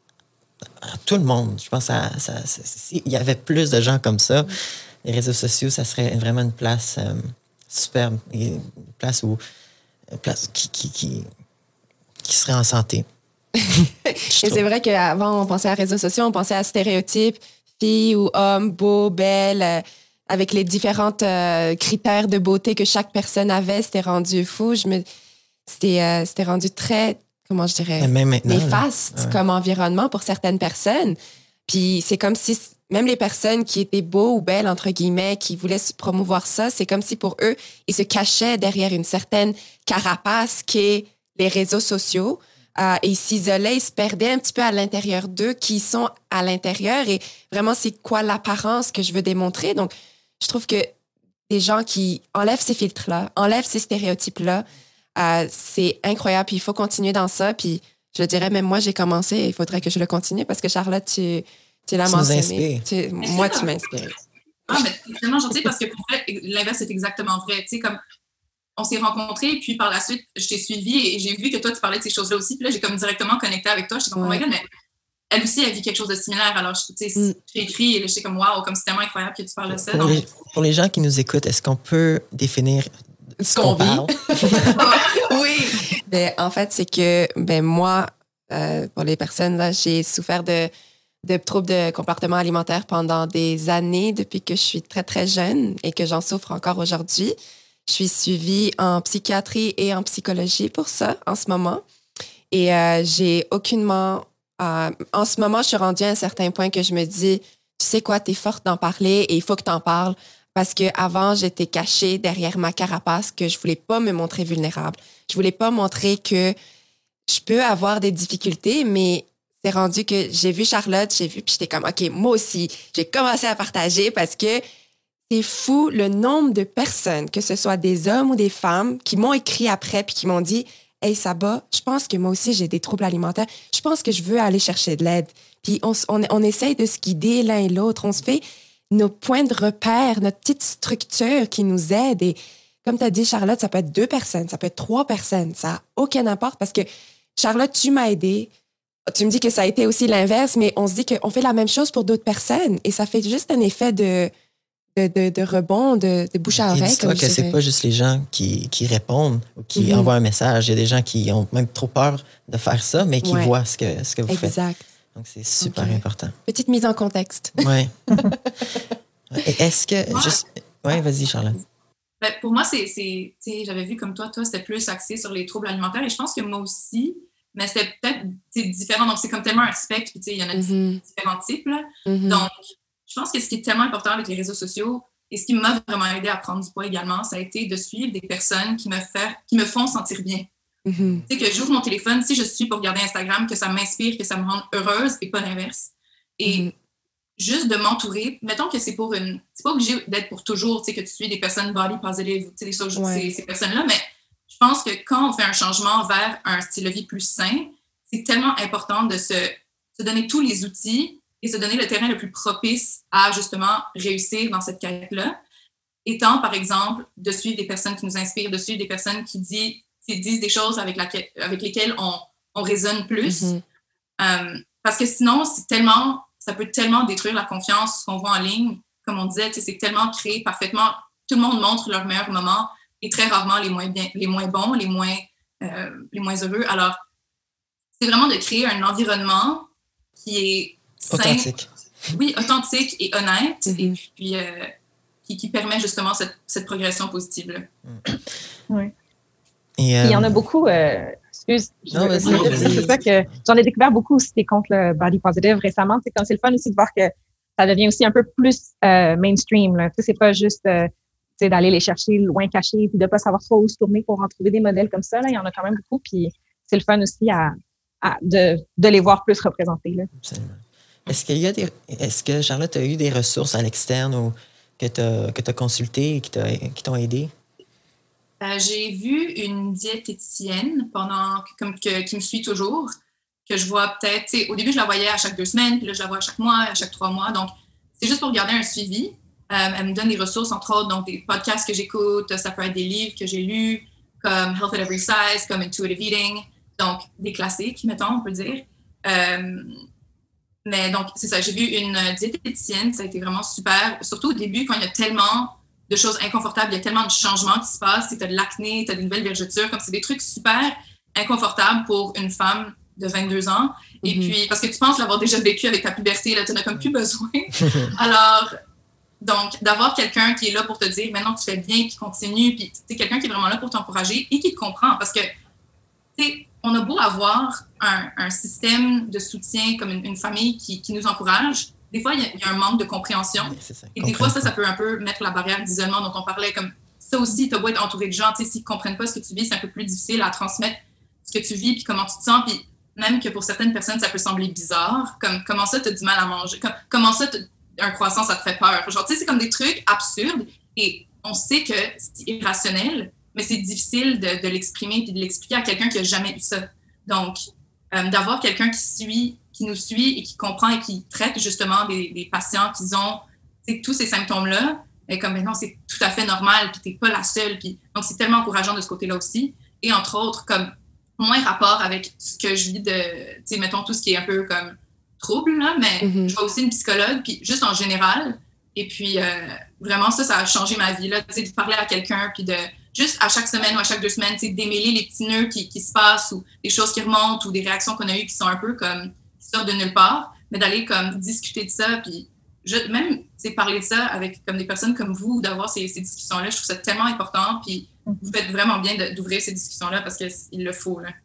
[SPEAKER 1] à tout le monde. Je pense à ça. S'il y avait plus de gens comme ça, ouais. les réseaux sociaux, ça serait vraiment une place euh, superbe. Une place où, une place qui, qui, qui, qui serait en santé.
[SPEAKER 2] Et c'est vrai qu'avant, on pensait à réseaux sociaux, on pensait à stéréotypes, filles ou hommes, beaux, belles, euh, avec les différents euh, critères de beauté que chaque personne avait. C'était rendu fou. Je me... c'était, euh, c'était rendu très, comment je dirais, néfaste ouais. comme environnement pour certaines personnes. Puis c'est comme si, même les personnes qui étaient beaux ou belles, entre guillemets, qui voulaient promouvoir ça, c'est comme si pour eux, ils se cachaient derrière une certaine carapace qu'est les réseaux sociaux. Euh, et ils s'isolaient, ils se perdaient un petit peu à l'intérieur d'eux, qui sont à l'intérieur et vraiment c'est quoi l'apparence que je veux démontrer. Donc, je trouve que des gens qui enlèvent ces filtres-là, enlèvent ces stéréotypes-là, euh, c'est incroyable. Puis il faut continuer dans ça. Puis je dirais, même moi, j'ai commencé et il faudrait que je le continue parce que Charlotte, tu, tu l'as tu mentionné. Tu, moi, tu m'inspires.
[SPEAKER 3] Ah, mais c'est tellement gentil parce que pour vrai, l'inverse est exactement vrai. Tu sais, comme on s'est rencontrés, et puis par la suite, je t'ai suivi et j'ai vu que toi, tu parlais de ces choses-là aussi. Puis là, j'ai comme directement connecté avec toi. J'étais comme, ouais. oh my God, mais elle aussi, elle vit quelque chose de similaire. Alors, tu sais, mm. j'ai écrit et là, j'étais comme, waouh, comme c'est tellement incroyable que tu parles de ça.
[SPEAKER 1] Pour,
[SPEAKER 3] donc...
[SPEAKER 1] les, pour les gens qui nous écoutent, est-ce qu'on peut définir ce, ce qu'on, qu'on vit?
[SPEAKER 2] Oui. Ben, en fait, c'est que ben, moi, euh, pour les personnes, là, j'ai souffert de, de troubles de comportement alimentaire pendant des années, depuis que je suis très, très jeune et que j'en souffre encore aujourd'hui. Je suis suivie en psychiatrie et en psychologie pour ça, en ce moment. Et euh, j'ai aucunement... Euh, en ce moment, je suis rendue à un certain point que je me dis, tu sais quoi, t'es forte d'en parler et il faut que t'en parles. Parce qu'avant, j'étais cachée derrière ma carapace, que je voulais pas me montrer vulnérable. Je voulais pas montrer que je peux avoir des difficultés, mais c'est rendu que j'ai vu Charlotte, j'ai vu, puis j'étais comme, OK, moi aussi, j'ai commencé à partager parce que
[SPEAKER 5] c'est fou le nombre de personnes, que ce soit des hommes ou des femmes, qui m'ont écrit après puis qui m'ont dit « Hey, Saba, je pense que moi aussi, j'ai des troubles alimentaires. Je pense que je veux aller chercher de l'aide. » Puis on, on, on essaye de se guider l'un et l'autre. On se fait nos points de repère, notre petite structure qui nous aide. Et comme tu as dit, Charlotte, ça peut être deux personnes, ça peut être trois personnes. Ça n'a aucun apport parce que, Charlotte, tu m'as aidée. Tu me dis que ça a été aussi l'inverse, mais on se dit qu'on fait la même chose pour d'autres personnes. Et ça fait juste un effet de... De, de, de rebond, de, de bouche à oreille.
[SPEAKER 1] Dis-toi que c'est pas juste les gens qui, qui répondent ou qui mm-hmm. envoient un message. Il y a des gens qui ont même trop peur de faire ça, mais qui ouais. voient ce que, ce que vous
[SPEAKER 5] exact.
[SPEAKER 1] faites. Exact. Donc, c'est super okay. important.
[SPEAKER 5] Petite mise en contexte.
[SPEAKER 1] Oui. Est-ce que... Ouais. Juste... Oui, vas-y, Charlotte.
[SPEAKER 3] Ben, pour moi, c'est, c'est, j'avais vu comme toi, toi, c'était plus axé sur les troubles alimentaires et je pense que moi aussi, mais c'était peut-être différent. Donc, c'est comme tellement un spectre, puis il y en a mm-hmm. différents types. Là. Mm-hmm. Donc, je pense que ce qui est tellement important avec les réseaux sociaux et ce qui m'a vraiment aidé à prendre du poids également, ça a été de suivre des personnes qui me, faire, qui me font sentir bien. Mm-hmm. Tu sais, que j'ouvre mon téléphone, si je suis pour regarder Instagram, que ça m'inspire, que ça me rende heureuse et pas l'inverse. Et mm-hmm. juste de m'entourer, mettons que c'est pour une... C'est pas obligé d'être pour toujours, tu sais, que tu suis des personnes body positive, tu sais, social, ouais. ces, ces personnes-là, mais je pense que quand on fait un changement vers un style de vie plus sain, c'est tellement important de se, se donner tous les outils et se donner le terrain le plus propice à, justement, réussir dans cette quête-là. Étant, par exemple, de suivre des personnes qui nous inspirent, de suivre des personnes qui, dit, qui disent des choses avec, la, avec lesquelles on, on résonne plus. Mm-hmm. Euh, parce que sinon, c'est tellement, ça peut tellement détruire la confiance qu'on voit en ligne. Comme on disait, c'est tellement créé parfaitement. Tout le monde montre leurs meilleurs moments et très rarement les moins, bien, les moins bons, les moins, euh, les moins heureux. Alors, c'est vraiment de créer un environnement qui est
[SPEAKER 1] authentique.
[SPEAKER 3] Simple, oui, authentique et honnête, mm-hmm. et puis euh, qui, qui permet justement cette, cette progression positive-là.
[SPEAKER 4] Mm. Oui. Et, euh... Il y en a beaucoup, euh, excuse, non, je, je, je, c'est ça que j'en ai découvert beaucoup aussi des comptes le body positive récemment. C'est comme c'est le fun aussi de voir que ça devient aussi un peu plus euh, mainstream. Là. Tu sais, c'est pas juste euh, d'aller les chercher loin cachés puis de pas savoir trop où se tourner pour en trouver des modèles comme ça. Là. Il y en a quand même beaucoup, puis c'est le fun aussi à, à de, de les voir plus représentés. Là.
[SPEAKER 1] Absolument. Est-ce qu'il y a des, est-ce que, Charlotte, a eu des ressources à l'externe ou que tu as que tu as consultées et qui, qui t'ont aidé?
[SPEAKER 3] Euh, j'ai vu une diététicienne pendant, comme, que, qui me suit toujours, que je vois peut-être, au début, je la voyais à chaque deux semaines, puis là, je la vois à chaque mois, à chaque trois mois. Donc, c'est juste pour garder un suivi. Euh, elle me donne des ressources, entre autres, donc des podcasts que j'écoute, ça peut être des livres que j'ai lus, comme Health at Every Size, comme Intuitive Eating, donc des classiques, mettons, on peut dire. Euh, Mais donc, c'est ça, j'ai vu une diététicienne, ça a été vraiment super, surtout au début, quand il y a tellement de choses inconfortables, il y a tellement de changements qui se passent, tu as de l'acné, tu as des nouvelles vergetures, comme c'est des trucs super inconfortables pour une femme de vingt-deux ans. Mm-hmm. Et puis, parce que tu penses l'avoir déjà vécu avec ta puberté, là, tu n'en as comme plus besoin. Alors, donc, d'avoir quelqu'un qui est là pour te dire, maintenant tu fais bien, puis continue, puis c'est quelqu'un qui est vraiment là pour t'encourager et qui te comprend, parce que, tu sais, on a beau avoir un, un système de soutien comme une, une famille qui, qui nous encourage, des fois, il y, y a un manque de compréhension. Oui, c'est ça. Et des fois, ça, ça peut un peu mettre la barrière d'isolement dont on parlait. Comme ça aussi, tu as beau être entouré de gens, tu sais, s'ils ne comprennent pas ce que tu vis, c'est un peu plus difficile à transmettre ce que tu vis puis comment tu te sens. Puis même que pour certaines personnes, ça peut sembler bizarre. Comme comment ça, tu as du mal à manger? Comme, comment ça, un croissant, ça te fait peur? Genre, tu sais, c'est comme des trucs absurdes et on sait que c'est irrationnel, mais c'est difficile de, de l'exprimer puis de l'expliquer à quelqu'un qui n'a jamais eu ça. Donc, euh, d'avoir quelqu'un qui suit, qui nous suit et qui comprend et qui traite justement des, des patients qui ont tous ces symptômes-là, et comme maintenant, c'est tout à fait normal, puis tu n'es pas la seule. Puis, donc, c'est tellement encourageant de ce côté-là aussi. Et entre autres, comme moins rapport avec ce que je vis de, tu sais, mettons, tout ce qui est un peu comme trouble, là, mais mm-hmm. je vois aussi une psychologue, puis juste en général. Et puis, euh, vraiment, ça, ça a changé ma vie, là, tu sais, de parler à quelqu'un, puis de juste à chaque semaine ou à chaque deux semaines, tu sais, démêler les petits nœuds qui, qui se passent ou des choses qui remontent ou des réactions qu'on a eues qui sont un peu comme, qui sortent de nulle part, mais d'aller comme discuter de ça, puis je, même, tu sais, parler de ça avec comme des personnes comme vous, d'avoir ces, ces discussions-là, je trouve ça tellement important, puis vous faites vraiment bien de, d'ouvrir ces discussions-là parce qu'il le faut, là.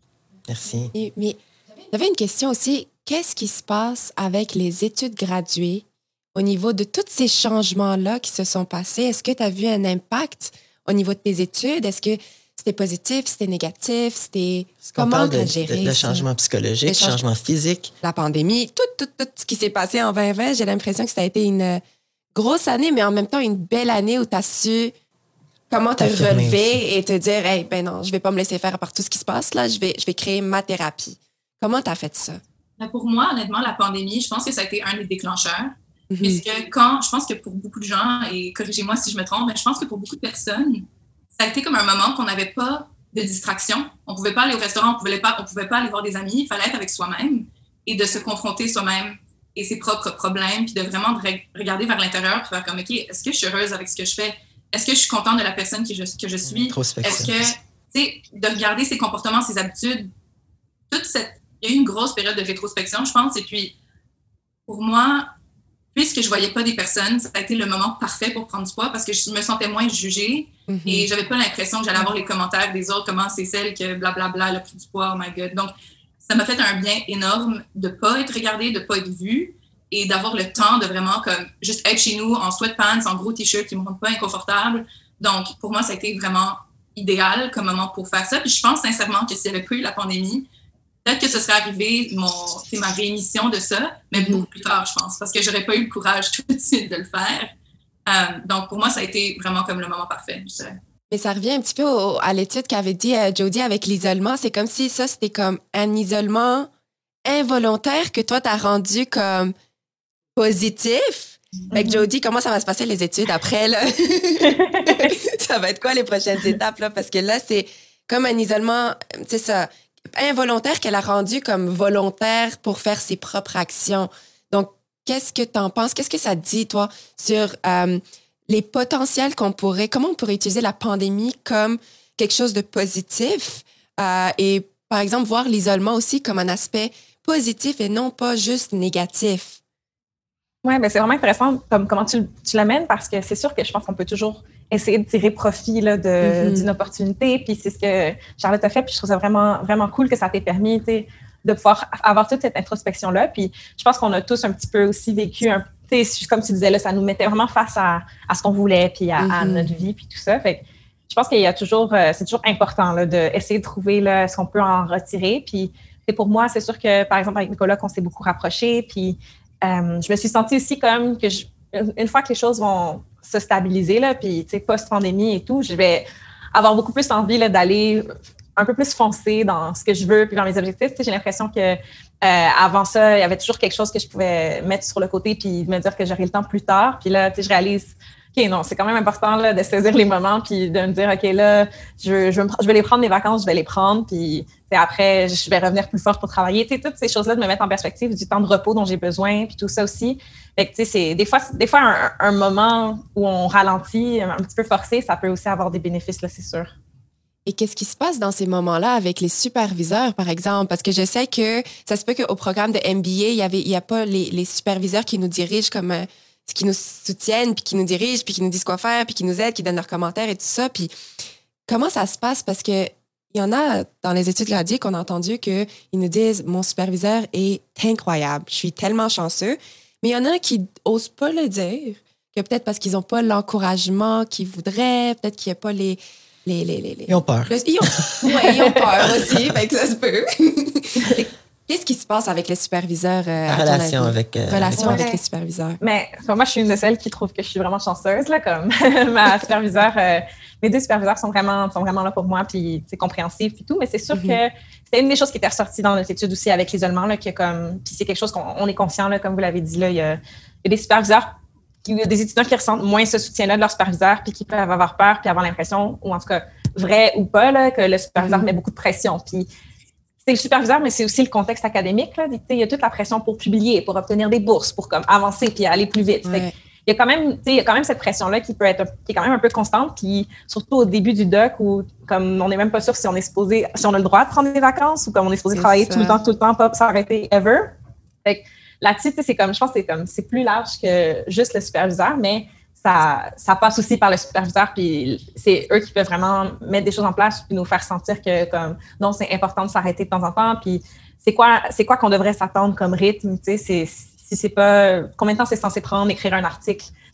[SPEAKER 1] Merci.
[SPEAKER 5] Et, mais j'avais une question aussi. Qu'est-ce qui se passe avec les études graduées au niveau de tous ces changements-là qui se sont passés? Est-ce que tu as vu un impact au niveau de tes études? Est-ce que c'était positif, c'était négatif, c'était... Comment tu as géré
[SPEAKER 1] de, de changement psychologique, de changement physique.
[SPEAKER 5] La pandémie, tout, tout, tout ce qui s'est passé en vingt vingt, j'ai l'impression que ça a été une grosse année, mais en même temps, une belle année où tu as su comment te relever et te dire, hey, ben non, je vais pas me laisser faire par tout ce qui se passe là, je vais, je vais créer ma thérapie. Comment tu as fait ça?
[SPEAKER 3] Pour moi, honnêtement, la pandémie, je pense que ça a été un des déclencheurs. Mm-hmm. Puisque quand, je pense que pour beaucoup de gens, et corrigez-moi si je me trompe, mais je pense que pour beaucoup de personnes, ça a été comme un moment qu'on n'avait pas de distraction. On ne pouvait pas aller au restaurant, on ne pouvait pas, on pouvait pas aller voir des amis. Il fallait être avec soi-même et de se confronter soi-même et ses propres problèmes, puis de vraiment de re- regarder vers l'intérieur et faire comme, OK, est-ce que je suis heureuse avec ce que je fais? Est-ce que je suis contente de la personne que je, que je suis? Est-ce que, tu sais, de regarder ses comportements, ses habitudes, toute cette... Il y a eu une grosse période de rétrospection, je pense, et puis, pour moi, puisque je voyais pas des personnes, ça a été le moment parfait pour prendre du poids parce que je me sentais moins jugée mm-hmm. et j'avais pas l'impression que j'allais avoir les commentaires des autres, comment c'est celle que blablabla, elle a pris du poids, oh my God. Donc, ça m'a fait un bien énorme de pas être regardée, de pas être vue et d'avoir le temps de vraiment comme juste être chez nous en sweatpants, en gros t-shirt qui me rendent pas inconfortable. Donc, pour moi, ça a été vraiment idéal comme moment pour faire ça. Puis je pense sincèrement que s'il n'y avait pas eu la pandémie, peut-être que ce serait arrivé mon, c'est ma réémission de ça, mais mm-hmm. beaucoup plus tard, je pense, parce que j'aurais pas eu le courage tout de suite de le faire. Euh, donc, pour moi, ça a été vraiment comme le moment parfait, je dirais.
[SPEAKER 5] Mais ça revient un petit peu au, à l'étude qu'avait dit euh, Jody avec l'isolement. C'est comme si ça, c'était comme un isolement involontaire que toi, t'as rendu comme positif. Mm-hmm. Fait que Jody, comment ça va se passer les études après, là? Ça va être quoi les prochaines étapes, là? Parce que là, c'est comme un isolement, c'est ça, involontaire qu'elle a rendu comme volontaire pour faire ses propres actions. Donc, qu'est-ce que t'en penses? Qu'est-ce que ça dit, toi, sur euh, les potentiels qu'on pourrait... Comment on pourrait utiliser la pandémie comme quelque chose de positif euh, et, par exemple, voir l'isolement aussi comme un aspect positif et non pas juste négatif?
[SPEAKER 4] Oui, mais c'est vraiment intéressant comme, comment tu, tu l'amènes parce que c'est sûr que je pense qu'on peut toujours essayer de tirer profit là, de, mm-hmm. d'une opportunité. Puis c'est ce que Charlotte a fait. Puis je trouve ça vraiment, vraiment cool que ça t'ait permis de pouvoir avoir toute cette introspection-là. Puis je pense qu'on a tous un petit peu aussi vécu, un, comme tu disais, là, ça nous mettait vraiment face à, à ce qu'on voulait puis à, mm-hmm. à notre vie puis tout ça. Fait que je pense qu'il y a toujours, c'est toujours important là, d'essayer de trouver là, ce qu'on peut en retirer. Puis pour moi, c'est sûr que, par exemple, avec Nicolas, qu'on s'est beaucoup rapprochés. Puis Euh, je me suis sentie aussi comme que je, une fois que les choses vont se stabiliser, là, puis post-pandémie et tout, je vais avoir beaucoup plus envie là, d'aller un peu plus foncer dans ce que je veux puis dans mes objectifs. J'ai l'impression que euh, avant ça, il y avait toujours quelque chose que je pouvais mettre sur le côté puis me dire que j'aurais le temps plus tard. Puis là, je réalise OK, non, c'est quand même important là, de saisir les moments puis de me dire OK, là, je, je, je vais les prendre, mes vacances, je vais les prendre. Puis après, je vais revenir plus fort pour travailler. Tu sais, toutes ces choses-là, de me mettre en perspective du temps de repos dont j'ai besoin, puis tout ça aussi. Fait que, tu sais, c'est des fois, des fois un, un moment où on ralentit, un petit peu forcé, ça peut aussi avoir des bénéfices, là, c'est sûr.
[SPEAKER 5] Et qu'est-ce qui se passe dans ces moments-là avec les superviseurs, par exemple? Parce que je sais que ça se peut qu'au programme de M B A, il y avait, il y a pas les, les superviseurs qui nous dirigent comme... Euh, qui nous soutiennent, puis qui nous dirigent, puis qui nous disent quoi faire, puis qui nous aident, qui donnent leurs commentaires et tout ça. Puis comment ça se passe? Parce que il y en a dans les études graduées qu'on a entendu qu'ils nous disent « Mon superviseur est incroyable, je suis tellement chanceux ». Mais il y en a qui n'osent pas le dire, que peut-être parce qu'ils n'ont pas l'encouragement qu'ils voudraient, peut-être qu'il n'y a pas les... les, les, les, les
[SPEAKER 1] ils ont peur.
[SPEAKER 5] Le, ils, ont, ouais, ils ont peur aussi, fait que ça se peut. Qu'est-ce qui se passe avec les superviseurs? Euh,
[SPEAKER 1] La relation avec...
[SPEAKER 5] Euh, relation
[SPEAKER 4] ouais.
[SPEAKER 5] avec les superviseurs.
[SPEAKER 4] Mais moi, je suis une de celles qui trouve que je suis vraiment chanceuse, là, comme ma superviseure. Euh, mes deux superviseurs sont vraiment, sont vraiment là pour moi, puis c'est compréhensif et tout. Mais c'est sûr mm-hmm. que c'est une des choses qui était ressortie dans notre étude aussi avec l'isolement, là, qui est comme... Puis c'est quelque chose qu'on on est conscient, là, comme vous l'avez dit, là, il y a, il y a des superviseurs, il y a des étudiants qui ressentent moins ce soutien-là de leur superviseur, puis qui peuvent avoir peur, puis avoir l'impression, ou en tout cas, vrai ou pas, là, que le superviseur mm-hmm. met beaucoup de pression. Puis c'est le superviseur, mais c'est aussi le contexte académique. Là. Il y a toute la pression pour publier, pour obtenir des bourses, pour comme, avancer puis aller plus vite. Ouais. Fait que, il y a quand même, il y a quand même cette pression-là qui peut être, qui est quand même un peu constante. Puis surtout au début du doc où comme on n'est même pas sûr si on est supposé, si on a le droit de prendre des vacances ou comme on est supposé c'est travailler ça. tout le temps, tout le temps, pas s'arrêter ever. Fait que là-dessus, c'est comme, je pense que c'est comme, c'est plus large que juste le superviseur, mais Ça, ça passe aussi par le superviseur, puis c'est eux qui peuvent vraiment mettre des choses en place puis nous faire sentir que comme non, c'est important de s'arrêter de temps en temps. Puis c'est quoi, c'est quoi qu'on devrait s'attendre comme rythme, tu sais, c'est, si c'est pas combien de temps c'est censé prendre écrire un article,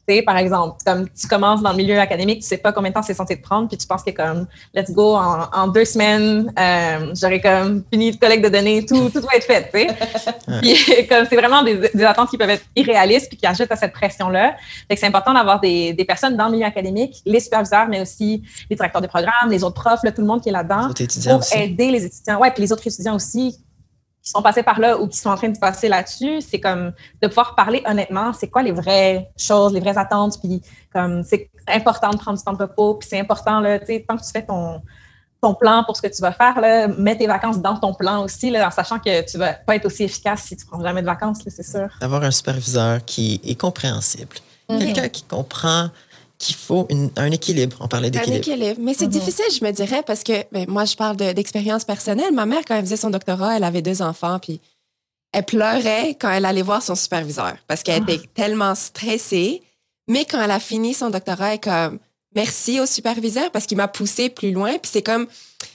[SPEAKER 4] Tu sais, par exemple, comme tu commences dans le milieu académique, tu sais pas combien de temps c'est censé te prendre, puis tu penses que comme, let's go, en, en deux semaines, euh, j'aurais comme fini de collecte de données, tout, tout va être fait, tu sais. Puis comme c'est vraiment des, des attentes qui peuvent être irréalistes puis qui ajoutent à cette pression-là. Fait que c'est important d'avoir des, des personnes dans le milieu académique, les superviseurs, mais aussi les directeurs de programme, les autres profs, là, tout le monde qui est là-dedans, pour
[SPEAKER 1] aussi.
[SPEAKER 4] aider les étudiants. Ouais, puis les autres étudiants aussi qui sont passés par là ou qui sont en train de passer là-dessus, c'est comme de pouvoir parler honnêtement, c'est quoi les vraies choses, les vraies attentes, puis comme c'est important de prendre du temps de repos, puis c'est important, là, tu sais, tant que tu fais ton, ton plan pour ce que tu vas faire, là, mets tes vacances dans ton plan aussi, là, en sachant que tu vas pas être aussi efficace si tu prends jamais de vacances, là, c'est sûr.
[SPEAKER 1] D'avoir un superviseur qui est compréhensible. Mm-hmm. Quelqu'un qui comprend qu'il faut une, un équilibre. On parlait d'équilibre.
[SPEAKER 5] Un équilibre. Mais c'est mm-hmm. difficile, je me dirais, parce que ben, moi, je parle de, d'expérience personnelle. Ma mère, quand elle faisait son doctorat, elle avait deux enfants, puis elle pleurait quand elle allait voir son superviseur parce qu'elle oh. était tellement stressée. Mais quand elle a fini son doctorat, elle est comme merci au superviseur parce qu'il m'a poussée plus loin. Puis c'est comme,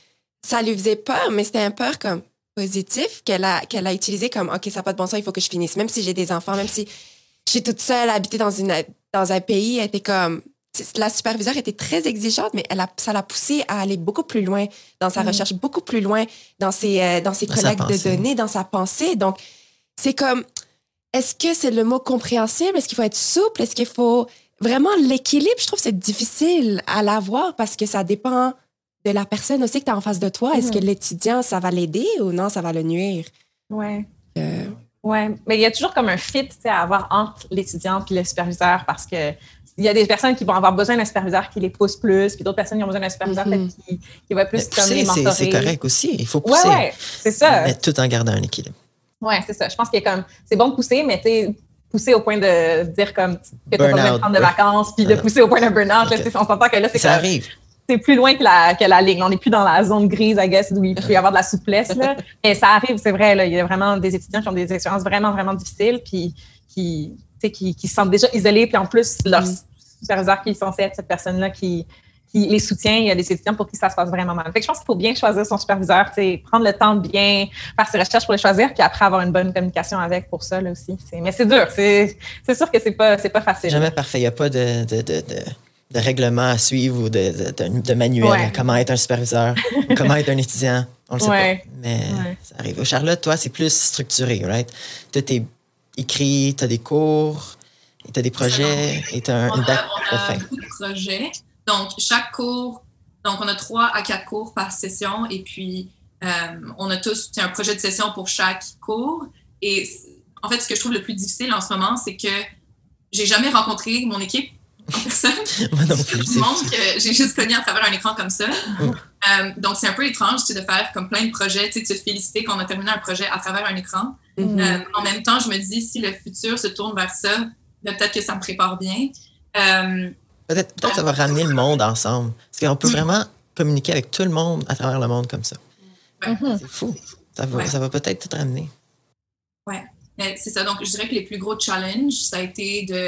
[SPEAKER 5] ça lui faisait peur, mais c'était un peur comme positif qu'elle a, qu'elle a utilisé comme, OK, ça n'a pas de bon sens, il faut que je finisse. Même si j'ai des enfants, même si je suis toute seule à habiter dans, une, dans un pays, elle était comme, la superviseure était très exigeante, mais elle a, ça l'a poussée à aller beaucoup plus loin dans sa mmh. recherche, beaucoup plus loin dans ses, euh, dans ses dans collectes de données, dans sa pensée. Donc, c'est comme, est-ce que c'est le mot compréhensible? Est-ce qu'il faut être souple? Est-ce qu'il faut vraiment l'équilibre? Je trouve que c'est difficile à l'avoir parce que ça dépend de la personne aussi que tu as en face de toi. Mmh. Est-ce que l'étudiant, ça va l'aider ou non, ça va le nuire?
[SPEAKER 4] Ouais.
[SPEAKER 5] Euh...
[SPEAKER 4] Ouais, mais il y a toujours comme un fit à avoir entre l'étudiant et le superviseur parce que il y a des personnes qui vont avoir besoin d'un superviseur qui les pousse plus, puis d'autres personnes qui ont besoin d'un superviseur mm-hmm. qui, qui va plus
[SPEAKER 1] pousser,
[SPEAKER 4] comme les mentorer.
[SPEAKER 1] C'est, c'est correct aussi, il faut pousser.
[SPEAKER 4] Ouais, ouais, c'est ça.
[SPEAKER 1] Mais tout en gardant un équilibre.
[SPEAKER 4] Ouais, c'est ça. Je pense que comme c'est bon de pousser, mais tu sais, pousser au point de dire comme que tu n'as pas besoin de prendre de vacances, puis de pousser au point d'un burn-out. Okay. Là, on s'entend que là, c'est
[SPEAKER 1] ça
[SPEAKER 4] comme,
[SPEAKER 1] arrive.
[SPEAKER 4] C'est plus loin que la, que la ligne. On n'est plus dans la zone grise, I guess, où il peut y avoir de la souplesse. Là. Mais ça arrive, c'est vrai. Là, il y a vraiment des étudiants qui ont des expériences vraiment, vraiment difficiles, puis qui, qui, qui se sentent déjà isolés, puis en plus, leur superviseur qui est censé être cette personne-là qui, qui les soutient, il y a des étudiants pour qui ça se passe vraiment mal. Fait que je pense qu'il faut bien choisir son superviseur, prendre le temps de bien faire ses recherches pour le choisir, puis après avoir une bonne communication avec pour ça là aussi. C'est, mais c'est dur. C'est, c'est sûr que c'est pas, c'est pas facile.
[SPEAKER 1] Jamais parfait. Il n'y a pas de... de, de, de... de règlement à suivre ou de, de, de, de manuel, ouais. Comment être un superviseur, comment être un étudiant, on le sait ouais. pas. Mais ouais. Ça arrive. Charlotte, toi, c'est plus structuré, right? Tout est écrit, tu as des cours, tu as des projets, et tu as
[SPEAKER 3] une date de fin. On a beaucoup de projets. Donc, chaque cours, donc on a trois à quatre cours par session et puis euh, on a tous un projet de session pour chaque cours. Et en fait, ce que je trouve le plus difficile en ce moment, c'est que j'ai jamais rencontré mon équipe en personne.
[SPEAKER 1] Moi non plus.
[SPEAKER 3] C'est du monde que j'ai juste connu à travers un écran comme ça. Mm. Euh, donc, c'est un peu étrange de faire comme plein de projets, de se féliciter quand on a terminé un projet à travers un écran. Mm-hmm. Euh, en même temps, je me dis, si le futur se tourne vers ça, peut-être que ça me prépare bien. Euh,
[SPEAKER 1] peut-être peut-être que ça va ramener le monde ensemble. Parce qu'on peut vraiment communiquer avec tout le monde à travers le monde comme ça.
[SPEAKER 3] Ouais.
[SPEAKER 1] C'est fou. Ça va, ouais. ça va peut-être tout ramener.
[SPEAKER 3] Oui, c'est ça. Donc, je dirais que les plus gros challenges, ça a été de...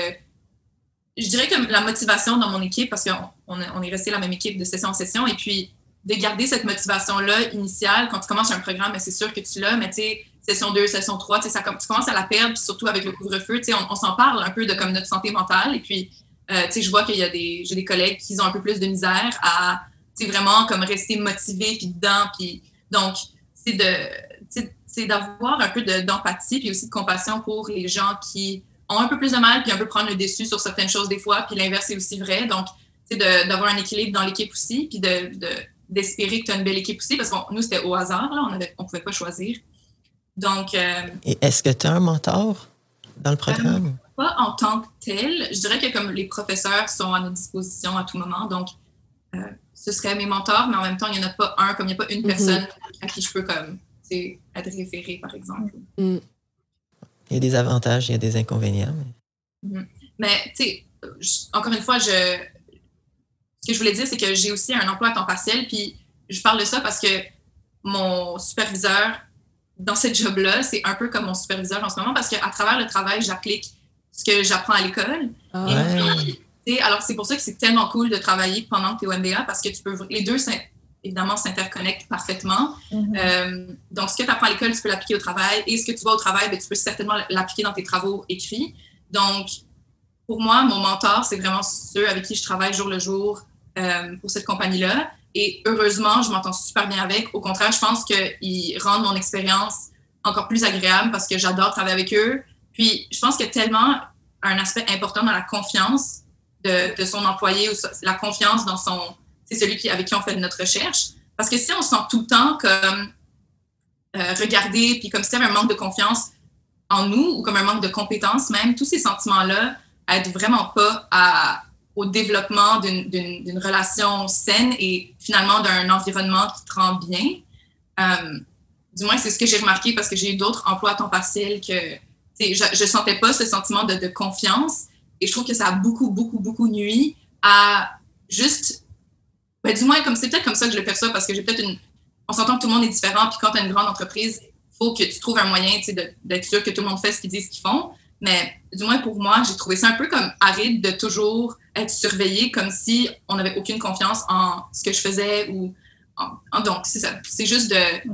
[SPEAKER 3] Je dirais que la motivation dans mon équipe, parce qu'on on est resté la même équipe de session en session, et puis de garder cette motivation-là initiale, quand tu commences un programme, c'est sûr que tu l'as, mais tu sais, session deux, session trois, ça, tu commences à la perdre, puis surtout avec le couvre-feu, tu sais, on, on s'en parle un peu de comme notre santé mentale, et puis, euh, tu sais, je vois qu'il y a des, j'ai des collègues qui ont un peu plus de misère à, tu sais, vraiment comme rester motivés, puis dedans, puis donc, c'est de, c'est d'avoir un peu de, d'empathie, puis aussi de compassion pour les gens qui ont un peu plus de mal, puis un peu prendre le dessus sur certaines choses des fois, puis l'inverse est aussi vrai. Donc, c'est de, d'avoir un équilibre dans l'équipe aussi, puis de, de, d'espérer que tu as une belle équipe aussi, parce que nous, c'était au hasard, là, on ne on pouvait pas choisir. Donc... Euh,
[SPEAKER 1] Et est-ce que tu as un mentor dans le programme?
[SPEAKER 3] Euh, pas en tant que tel. Je dirais que comme les professeurs sont à notre disposition à tout moment, donc euh, ce serait mes mentors, mais en même temps, il n'y en a pas un, comme il n'y a pas une mm-hmm. personne à qui je peux comme, être référée, par exemple.
[SPEAKER 5] Mm.
[SPEAKER 1] Il y a des avantages, il y a des inconvénients.
[SPEAKER 3] Mais, mm-hmm. mais tu sais, encore une fois, je, ce que je voulais dire, c'est que j'ai aussi un emploi à temps partiel, puis je parle de ça parce que mon superviseur dans ce job-là, c'est un peu comme mon superviseur en ce moment, parce qu'à travers le travail, j'applique ce que j'apprends à l'école.
[SPEAKER 1] Ah,
[SPEAKER 3] et
[SPEAKER 1] ouais.
[SPEAKER 3] puis, alors, c'est pour ça que c'est tellement cool de travailler pendant que tu es au M B A, parce que tu peux, les deux, évidemment, s'interconnectent parfaitement. Mm-hmm. Euh, donc, ce que tu apprends à l'école, tu peux l'appliquer au travail, et ce que tu vois au travail, bien, tu peux certainement l'appliquer dans tes travaux écrits. Donc, pour moi, mon mentor, c'est vraiment ceux avec qui je travaille jour le jour euh, pour cette compagnie-là. Et heureusement, je m'entends super bien avec. Au contraire, je pense qu'ils rendent mon expérience encore plus agréable parce que j'adore travailler avec eux. Puis, je pense qu'il y a tellement un aspect important dans la confiance de, de son employé ou la confiance dans son... C'est celui qui, avec qui on fait notre recherche. Parce que si on se sent tout le temps comme euh, regardé, puis comme si il y avait un manque de confiance en nous ou comme un manque de compétences même, tous ces sentiments-là aident vraiment pas à, au développement d'une, d'une, d'une relation saine et finalement d'un environnement qui te rend bien. Euh, du moins, c'est ce que j'ai remarqué parce que j'ai eu d'autres emplois à temps partiel que je ne sentais pas ce sentiment de, de confiance et je trouve que ça a beaucoup, beaucoup, beaucoup nuit à juste... Ben, du moins, comme c'est peut-être comme ça que je le perçois parce que j'ai peut-être une... On s'entend que tout le monde est différent puis quand tu as une grande entreprise, il faut que tu trouves un moyen de, d'être sûr que tout le monde fait ce qu'ils disent qu'ils font. Mais du moins pour moi, j'ai trouvé ça un peu comme aride de toujours être surveillé comme si on n'avait aucune confiance en ce que je faisais. Ou en, en, donc, c'est ça. C'est juste de,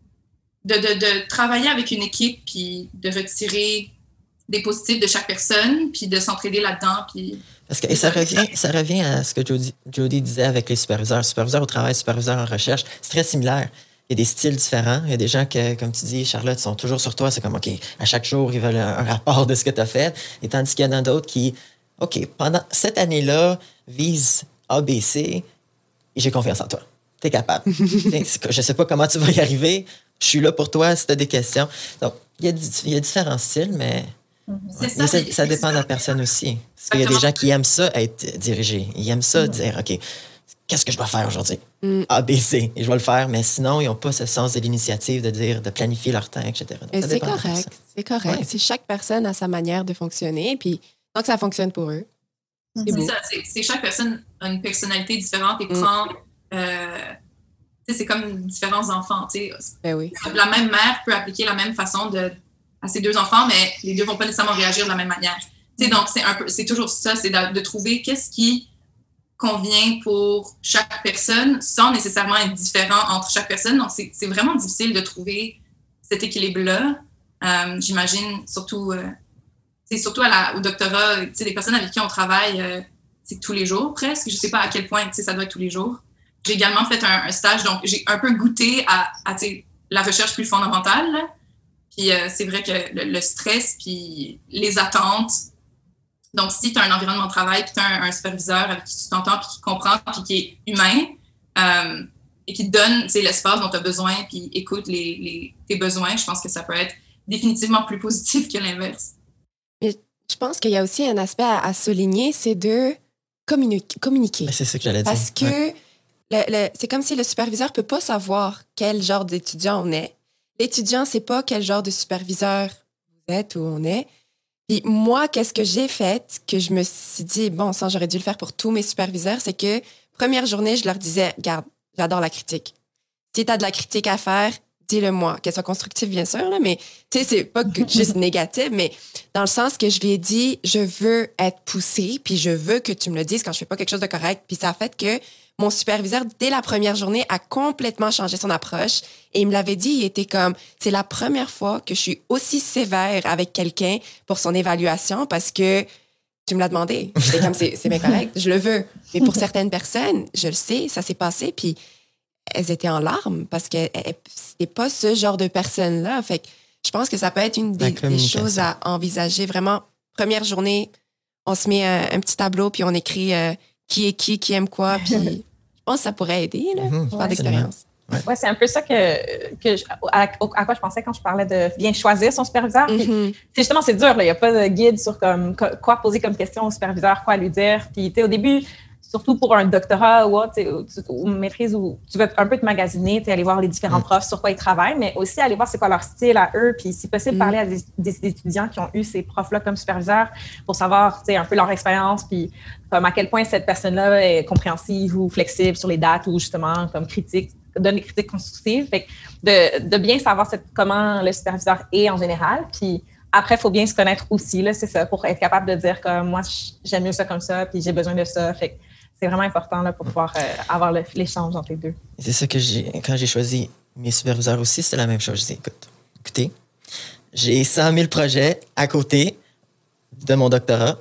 [SPEAKER 3] de, de, de travailler avec une équipe puis de retirer des positifs de chaque personne puis de s'entraider là-dedans. Puis...
[SPEAKER 1] Parce que et ça, revient, ça revient à ce que Jody, Jody disait avec les superviseurs. Superviseurs au travail, superviseurs en recherche, c'est très similaire. Il y a des styles différents. Il y a des gens que, comme tu dis, Charlotte, sont toujours sur toi. C'est comme, OK, à chaque jour, ils veulent un, un rapport de ce que tu as fait. Et tandis qu'il y en a d'autres qui, OK, pendant cette année-là, visent A, B, C, et j'ai confiance en toi. Tu es capable. Je ne sais pas comment tu vas y arriver. Je suis là pour toi si tu as des questions. Donc, il y a, il y a différents styles, mais... Ouais. Ça, ça, ça dépend de la personne aussi. Parce qu'il y a des gens qui aiment ça être dirigés. Ils aiment ça, dire, OK, qu'est-ce que je dois faire aujourd'hui? Mm. A, B, C. Et je vais le faire. Mais sinon, ils n'ont pas ce sens de l'initiative de dire, de planifier leur temps, et cetera. Donc,
[SPEAKER 5] c'est correct. C'est correct. Ouais. C'est chaque personne a sa manière de fonctionner. Puis, donc, ça fonctionne pour eux.
[SPEAKER 3] C'est, c'est ça. C'est, c'est chaque personne a une personnalité différente et prend... Mm. Euh, c'est comme différents enfants.
[SPEAKER 5] Ben oui.
[SPEAKER 3] La même mère peut appliquer la même façon de... à ses deux enfants, mais les deux ne vont pas nécessairement réagir de la même manière. Mm. Donc, c'est, un peu, c'est toujours ça, c'est de, de trouver qu'est-ce qui convient pour chaque personne sans nécessairement être différent entre chaque personne. Donc, c'est, c'est vraiment difficile de trouver cet équilibre-là. Euh, j'imagine, surtout, euh, c'est surtout à la, au doctorat, les personnes avec qui on travaille, euh, c'est tous les jours presque. Je ne sais pas à quel point ça doit être tous les jours. J'ai également fait un, un stage, donc j'ai un peu goûté à, à la recherche plus fondamentale, là. Puis euh, c'est vrai que le, le stress, puis les attentes. Donc, si tu as un environnement de travail, puis tu as un, un superviseur avec qui tu t'entends, puis qui comprend, puis qui est humain, euh, et qui te donne l'espace dont tu as besoin, puis écoute les, les, tes besoins, je pense que ça peut être définitivement plus positif que l'inverse.
[SPEAKER 5] Mais je pense qu'il y a aussi un aspect à, à souligner, c'est de communi- communiquer.
[SPEAKER 1] Mais c'est ça que j'allais dire.
[SPEAKER 5] Parce que ouais. le, le, c'est comme si le superviseur ne peut pas savoir quel genre d'étudiant on est. L'étudiant ne sait pas quel genre de superviseur vous êtes ou on est. Puis moi, qu'est-ce que j'ai fait que je me suis dit, bon, ça, j'aurais dû le faire pour tous mes superviseurs, c'est que première journée, je leur disais, regarde, j'adore la critique. Si tu as de la critique à faire, dis-le-moi. Qu'elle soit constructive, bien sûr, là, mais tu sais, c'est pas juste négatif, mais dans le sens que je lui ai dit, je veux être poussée, puis je veux que tu me le dises quand je fais pas quelque chose de correct. Puis ça a fait que mon superviseur, dès la première journée, a complètement changé son approche. Et il me l'avait dit, il était comme, c'est la première fois que je suis aussi sévère avec quelqu'un pour son évaluation parce que tu me l'as demandé. J'étais comme, c'est, c'est bien correct, je le veux. Mais pour certaines personnes, je le sais, ça s'est passé, puis elles étaient en larmes parce que c'était pas ce genre de personne-là. Fait que je pense que ça peut être une des, des choses à envisager. Vraiment, première journée, on se met un, un petit tableau, puis on écrit... Euh, qui est qui, qui aime quoi, puis je pense que ça pourrait aider, là, mm-hmm. par ouais, l'expérience.
[SPEAKER 4] Oui, ouais, c'est un peu ça que, que je, à, à quoi je pensais quand je parlais de bien choisir son superviseur. Puis, mm-hmm. justement, c'est dur, il n'y a pas de guide sur comme, quoi poser comme question au superviseur, quoi lui dire. Puis, au début, surtout pour un doctorat ou, ou une maîtrise où tu vas un peu te magasiner, aller voir les différents mm. profs sur quoi ils travaillent, mais aussi aller voir c'est quoi leur style à eux, puis si possible, mm. parler à des, des, des étudiants qui ont eu ces profs-là comme superviseurs pour savoir un peu leur expérience, puis comme à quel point cette personne-là est compréhensive ou flexible sur les dates ou justement comme critique, donne des critiques constructives. Fait que de, de bien savoir cette, comment le superviseur est en général, puis après, il faut bien se connaître aussi, là, c'est ça, pour être capable de dire que moi, j'aime mieux ça comme ça, puis j'ai besoin de ça. Fait que c'est vraiment important là, pour pouvoir euh, avoir le, l'échange entre les deux.
[SPEAKER 1] C'est ça que j'ai... Quand j'ai choisi mes superviseurs aussi, c'était la même chose. Je dis, écoute, écoutez, j'ai cent mille projets à côté de mon doctorat.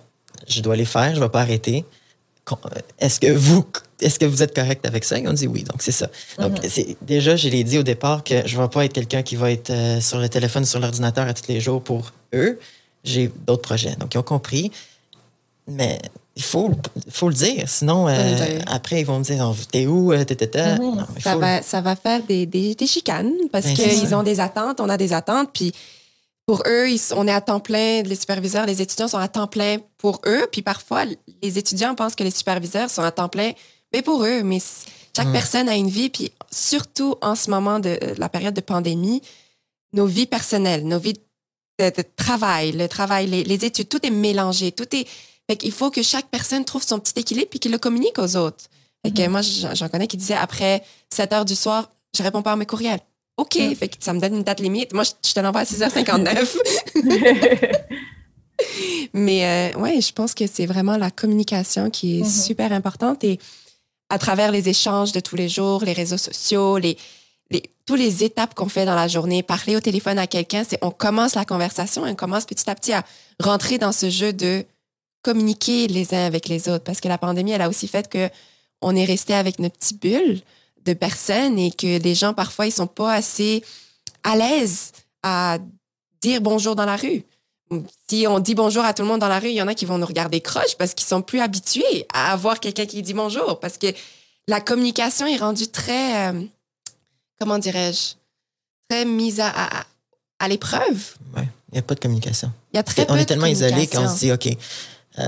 [SPEAKER 1] je dois les faire, je ne vais pas arrêter. Est-ce que vous est-ce que vous êtes correct avec ça? Ils ont dit oui, donc c'est ça. Donc, mm-hmm. c'est, déjà, je l'ai dit au départ que je ne vais pas être quelqu'un qui va être euh, sur le téléphone, sur l'ordinateur à tous les jours pour eux. J'ai d'autres projets. Donc, ils ont compris. Mais il faut, faut le dire. Sinon, euh, après, ils vont me dire oh, t'es où? T'es, t'es, t'es.
[SPEAKER 5] Mm-hmm. Non, ça, va, ça va faire des, des, des chicanes parce ben, qu'ils ont des attentes, on a des attentes. Puis pour eux, ils, on est à temps plein, les superviseurs, les étudiants sont à temps plein pour eux. Puis parfois, les étudiants pensent que les superviseurs sont à temps plein, mais pour eux. Mais chaque mmh. personne a une vie. Puis surtout en ce moment de la période de pandémie, nos vies personnelles, nos vies de, de travail, le travail, les, les études, tout est mélangé. Tout est. Fait qu'il faut que chaque personne trouve son petit équilibre puis qu'il le communique aux autres. Fait que mmh. moi, j'en connais qui disaient après sept heures du soir, je réponds pas à mes courriels. OK, mm. fait que ça me donne une date limite. Moi, je, je te l'envoie à six heures cinquante-neuf. Mais euh, ouais, je pense que c'est vraiment la communication qui est mm-hmm. super importante et à travers les échanges de tous les jours, les réseaux sociaux, les, les, toutes les étapes qu'on fait dans la journée, parler au téléphone à quelqu'un, c'est on commence la conversation et on commence petit à petit à rentrer dans ce jeu de communiquer les uns avec les autres parce que la pandémie, elle a aussi fait qu'on est resté avec notre petite bulle de personnes et que les gens, parfois, ils sont pas assez à l'aise à dire bonjour dans la rue. Si on dit bonjour à tout le monde dans la rue, il y en a qui vont nous regarder croche parce qu'ils sont plus habitués à avoir quelqu'un qui dit bonjour parce que la communication est rendue très, euh, comment dirais-je, très mise à, à, à l'épreuve.
[SPEAKER 1] Oui, il n'y a pas de communication.
[SPEAKER 5] Il y a très
[SPEAKER 1] on
[SPEAKER 5] peu
[SPEAKER 1] est tellement isolés qu'on se dit, OK, euh,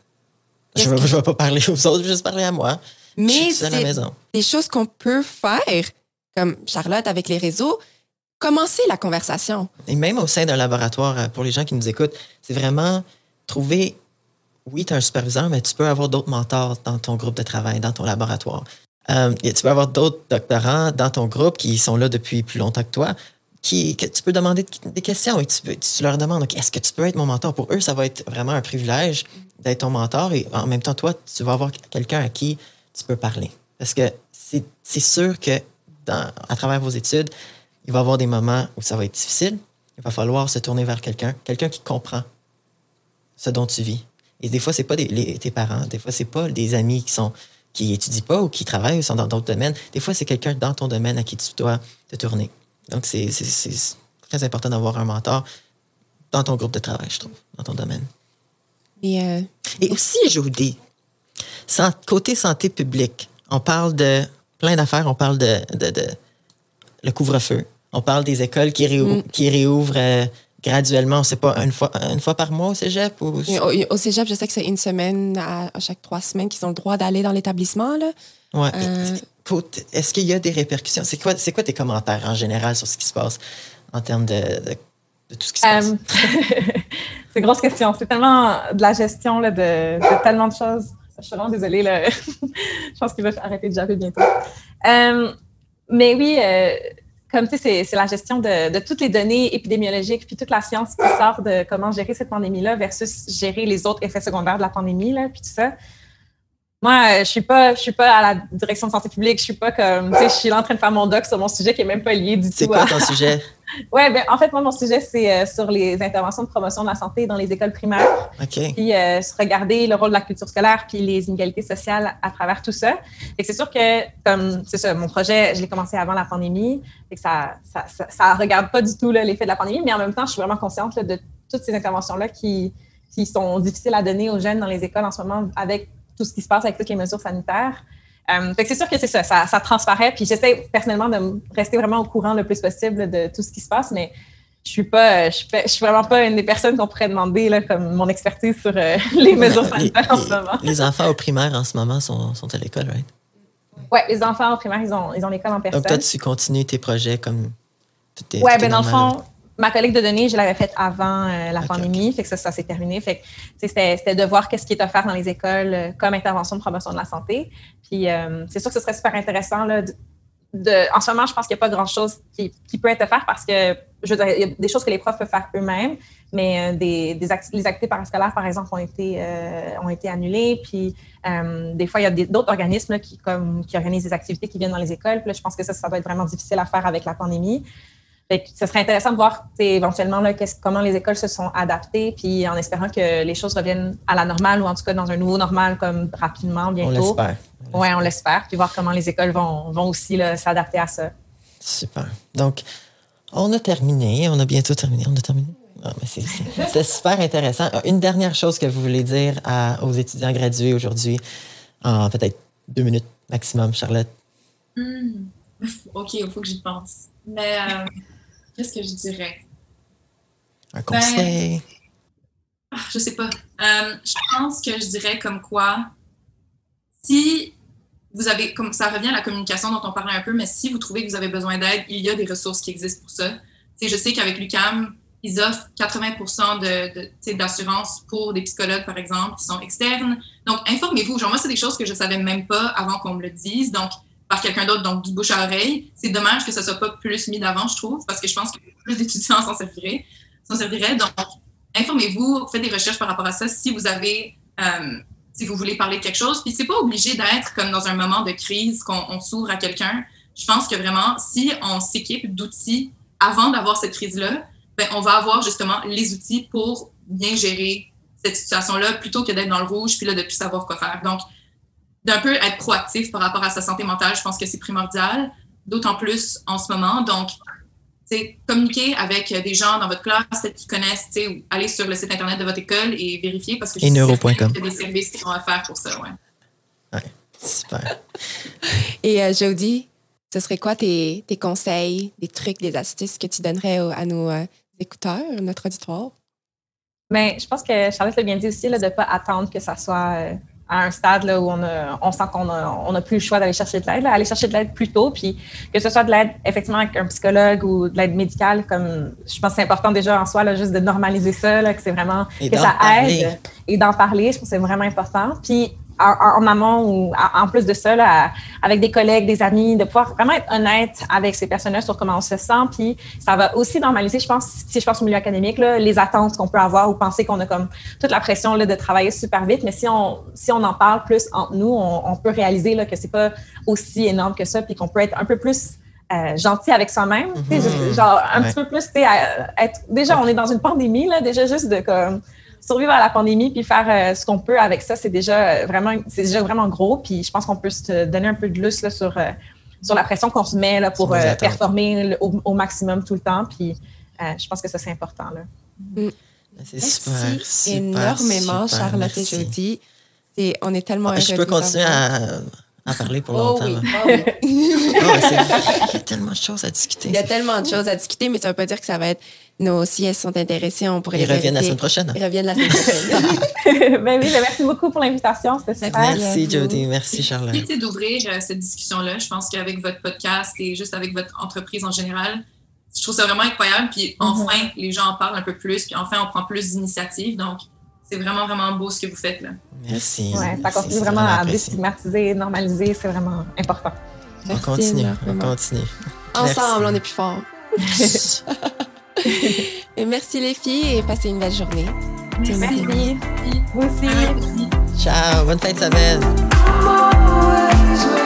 [SPEAKER 1] je ne vais pas parler aux autres, je vais juste parler à moi.
[SPEAKER 5] Mais c'est des choses qu'on peut faire, comme Charlotte avec les réseaux, commencer la conversation.
[SPEAKER 1] Et même au sein d'un laboratoire, pour les gens qui nous écoutent, c'est vraiment trouver, oui, tu as un superviseur, mais tu peux avoir d'autres mentors dans ton groupe de travail, dans ton laboratoire. Euh, et tu peux avoir d'autres doctorants dans ton groupe qui sont là depuis plus longtemps que toi, qui, que tu peux demander des questions et tu, peux, tu leur demandes, okay, est-ce que tu peux être mon mentor? Pour eux, ça va être vraiment un privilège d'être ton mentor et en même temps, toi, tu vas avoir quelqu'un à qui tu peux parler. Parce que c'est, c'est sûr que dans, à travers vos études, il va y avoir des moments où ça va être difficile. Il va falloir se tourner vers quelqu'un, quelqu'un qui comprend ce dont tu vis. Et des fois, c'est pas des, les, tes parents, des fois, c'est pas des amis qui sont qui étudient pas ou qui travaillent ou sont dans d'autres domaines. Des fois, c'est quelqu'un dans ton domaine à qui tu dois te tourner. Donc, c'est, c'est, c'est très important d'avoir un mentor dans ton groupe de travail, je trouve, dans ton domaine.
[SPEAKER 5] Et, euh...
[SPEAKER 1] Et aussi, je vous dis, côté santé publique, on parle de plein d'affaires. On parle de, de, de le couvre-feu. On parle des écoles qui, réou- mm. qui réouvrent euh, graduellement. On ne sait pas, une fois, une fois par mois au cégep? Ou...
[SPEAKER 5] Au, au cégep, je sais que c'est une semaine à, à chaque trois semaines qu'ils ont le droit d'aller dans l'établissement. Là.
[SPEAKER 1] Ouais. Euh... Est-ce qu'il y a des répercussions? C'est quoi, c'est quoi tes commentaires en général sur ce qui se passe en termes de, de, de tout ce qui se passe?
[SPEAKER 4] Um, c'est une grosse question. C'est tellement de la gestion là, de, de tellement de choses. Je suis vraiment désolée. Là. Je pense qu'il va arrêter de japper bientôt. Um, mais oui, euh, comme tu sais, c'est, c'est la gestion de, de toutes les données épidémiologiques puis toute la science qui sort de comment gérer cette pandémie-là versus gérer les autres effets secondaires de la pandémie, là, puis tout ça. Moi, je suis pas, je suis pas à la direction de santé publique. Je suis pas comme, tu sais, je suis là en train de faire mon doc sur mon sujet qui est même pas lié du
[SPEAKER 1] c'est
[SPEAKER 4] tout.
[SPEAKER 1] C'est quoi à... ton sujet?
[SPEAKER 4] Ouais, ben en fait, moi, mon sujet, c'est euh, sur les interventions de promotion de la santé dans les écoles primaires.
[SPEAKER 1] OK.
[SPEAKER 4] Puis, euh, regarder le rôle de la culture scolaire puis les inégalités sociales à travers tout ça. Et c'est sûr que, comme, c'est ça, mon projet, je l'ai commencé avant la pandémie. Et que ça, ça, ça, ça regarde pas du tout là, l'effet de la pandémie, mais en même temps, je suis vraiment consciente là, de toutes ces interventions-là qui, qui sont difficiles à donner aux jeunes dans les écoles en ce moment avec tout ce qui se passe avec toutes les mesures sanitaires. Euh, fait que c'est sûr que c'est ça, ça, ça transparaît. Puis j'essaie personnellement de rester vraiment au courant le plus possible de tout ce qui se passe, mais je suis pas, je suis, je suis vraiment pas une des personnes qu'on pourrait demander là, comme mon expertise sur euh, les mesures sanitaires
[SPEAKER 1] les,
[SPEAKER 4] en ce moment.
[SPEAKER 1] Les enfants au primaire en ce moment sont, sont à l'école, right?
[SPEAKER 4] Oui, les enfants au primaire, ils ont, ils ont l'école en personne.
[SPEAKER 1] Donc toi, tu continues tes projets comme tout est.
[SPEAKER 4] Oui,
[SPEAKER 1] bien
[SPEAKER 4] dans le fond. Ma collecte de données, je l'avais faite avant euh, la okay, pandémie, okay. Fait que ça, ça s'est terminé. Fait que c'était, c'était de voir qu'est-ce qui est offert dans les écoles euh, comme intervention de promotion de la santé. Puis euh, c'est sûr que ce serait super intéressant. Là, de, de, en ce moment, je pense qu'il n'y a pas grand-chose qui, qui peut être offert parce que, je veux dire, il y a des choses que les profs peuvent faire eux-mêmes, mais euh, des, des acti- les activités parascolaires, par exemple, ont été, euh, ont été annulées. Puis euh, des fois, il y a des, d'autres organismes là, qui, comme, qui organisent des activités qui viennent dans les écoles. Puis là, je pense que ça, ça doit être vraiment difficile à faire avec la pandémie. Fait que ce serait intéressant de voir éventuellement là, comment les écoles se sont adaptées, puis en espérant que les choses reviennent à la normale ou en tout cas dans un nouveau normal comme rapidement, bientôt.
[SPEAKER 1] On l'espère.
[SPEAKER 4] Oui, on l'espère. Puis voir comment les écoles vont, vont aussi là, s'adapter à ça.
[SPEAKER 1] Super. Donc, on a terminé. On a bientôt terminé. On a terminé. Ah, mais c'est, c'est, c'est super intéressant. Une dernière chose que vous voulez dire à, aux étudiants gradués aujourd'hui, en peut-être deux minutes maximum, Charlotte.
[SPEAKER 3] Mm. OK, il faut que j'y pense. Mais euh, qu'est-ce que je dirais?
[SPEAKER 1] Un conseil?
[SPEAKER 3] Ben, je sais pas. Euh, je pense que je dirais comme quoi, si vous avez, comme ça revient à la communication dont on parlait un peu, mais si vous trouvez que vous avez besoin d'aide, il y a des ressources qui existent pour ça. T'sais, je sais qu'avec l'U Q A M, ils offrent quatre-vingts pour cent de, de, d'assurance pour des psychologues, par exemple, qui sont externes. Donc, informez-vous. Genre, moi, c'est des choses que je ne savais même pas avant qu'on me le dise. Donc, par quelqu'un d'autre, donc du bouche à oreille. C'est dommage que ça ne soit pas plus mis d'avant, je trouve, parce que je pense que plus d'étudiants s'en serviraient. S'en serviraient. Donc, informez-vous, faites des recherches par rapport à ça si vous avez, euh, si vous voulez parler de quelque chose. Puis, c'est pas obligé d'être comme dans un moment de crise qu'on on s'ouvre à quelqu'un. Je pense que vraiment, si on s'équipe d'outils avant d'avoir cette crise-là, ben, on va avoir justement les outils pour bien gérer cette situation-là plutôt que d'être dans le rouge puis là, de ne plus savoir quoi faire. Donc, d'un peu être proactif par rapport à sa santé mentale, je pense que c'est primordial, d'autant plus en ce moment. Donc, c'est communiquer avec des gens dans votre classe peut-être qui connaissent, ou aller sur le site Internet de votre école et vérifier parce que je
[SPEAKER 1] et neuro point com.
[SPEAKER 3] qu'il y a des services qui sont offerts pour ça. Ouais,
[SPEAKER 1] ouais super.
[SPEAKER 5] Et euh, Jody, ce serait quoi tes, tes conseils, des trucs, des astuces que tu donnerais aux, à nos euh, écouteurs, notre auditoire?
[SPEAKER 4] Bien, je pense que Charlotte l'a bien dit aussi, là, de ne pas attendre que ça soit euh, à un stade là, où on, a, on sent qu'on n'a on a plus le choix d'aller chercher de l'aide. Là, aller chercher de l'aide plus tôt, puis que ce soit de l'aide effectivement avec un psychologue ou de l'aide médicale, comme je pense que c'est important déjà en soi, là, juste de normaliser ça, là, que c'est vraiment,
[SPEAKER 1] et
[SPEAKER 4] que ça
[SPEAKER 1] parler.
[SPEAKER 4] aide et d'en parler, je pense que c'est vraiment important. Puis en, en amont ou en plus de ça, là, avec des collègues, des amis, de pouvoir vraiment être honnête avec ces personnes-là sur comment on se sent. Puis ça va aussi normaliser, je pense, si je pense au milieu académique, là, les attentes qu'on peut avoir ou penser qu'on a comme toute la pression là, de travailler super vite. Mais si on, si on en parle plus entre nous, on, on peut réaliser là, que c'est pas aussi énorme que ça puis qu'on peut être un peu plus euh, gentil avec soi-même. Mm-hmm. Juste, genre un ouais. petit peu plus, tu sais, être... Déjà, on est dans une pandémie, là, déjà juste de comme... survivre à la pandémie puis faire euh, ce qu'on peut avec ça, c'est déjà vraiment, c'est déjà vraiment gros. Puis je pense qu'on peut se donner un peu de lousse là, sur, euh, sur la pression qu'on se met là, pour euh, performer au, au maximum tout le temps. Puis euh, je pense que ça, c'est important. Là.
[SPEAKER 5] Mm.
[SPEAKER 1] C'est
[SPEAKER 5] Merci
[SPEAKER 1] super, super,
[SPEAKER 5] énormément,
[SPEAKER 1] super,
[SPEAKER 5] Charlotte
[SPEAKER 1] merci.
[SPEAKER 5] et Jody. Et on est tellement
[SPEAKER 1] heureux. Je peux continuer à, à parler pour longtemps.
[SPEAKER 5] Oh oui, oh oui.
[SPEAKER 1] oh, c'est vrai. Il y a tellement de choses à discuter.
[SPEAKER 5] Il y a tellement de choses à discuter, mais ça ne veut pas dire que ça va être... Nos, si elles sont intéressées, on pourrait
[SPEAKER 1] Ils
[SPEAKER 5] les
[SPEAKER 1] reviennent
[SPEAKER 5] inviter.
[SPEAKER 1] la semaine prochaine.
[SPEAKER 5] Ils reviennent la semaine prochaine.
[SPEAKER 4] Ben oui, merci beaucoup pour l'invitation. C'était super.
[SPEAKER 1] Merci, Jody. Merci, Charlotte.
[SPEAKER 3] Merci d'ouvrir euh, cette discussion-là. Je pense qu'avec votre podcast et juste avec votre entreprise en général, je trouve ça vraiment incroyable. Puis enfin, mm-hmm. les gens en parlent un peu plus. Puis enfin, on prend plus d'initiatives. Donc, c'est vraiment, vraiment beau ce que vous faites là.
[SPEAKER 1] Merci.
[SPEAKER 4] Ouais, ça continue vraiment, vraiment à déstigmatiser, normaliser. C'est vraiment important.
[SPEAKER 1] On Merci continue. Énormément. On continue.
[SPEAKER 5] Ensemble,
[SPEAKER 1] merci.
[SPEAKER 5] On est plus forts. Et merci les filles et passez une belle journée.
[SPEAKER 4] Merci. Merci. Vous aussi.
[SPEAKER 3] Merci.
[SPEAKER 1] Ciao, bonne fin de semaine.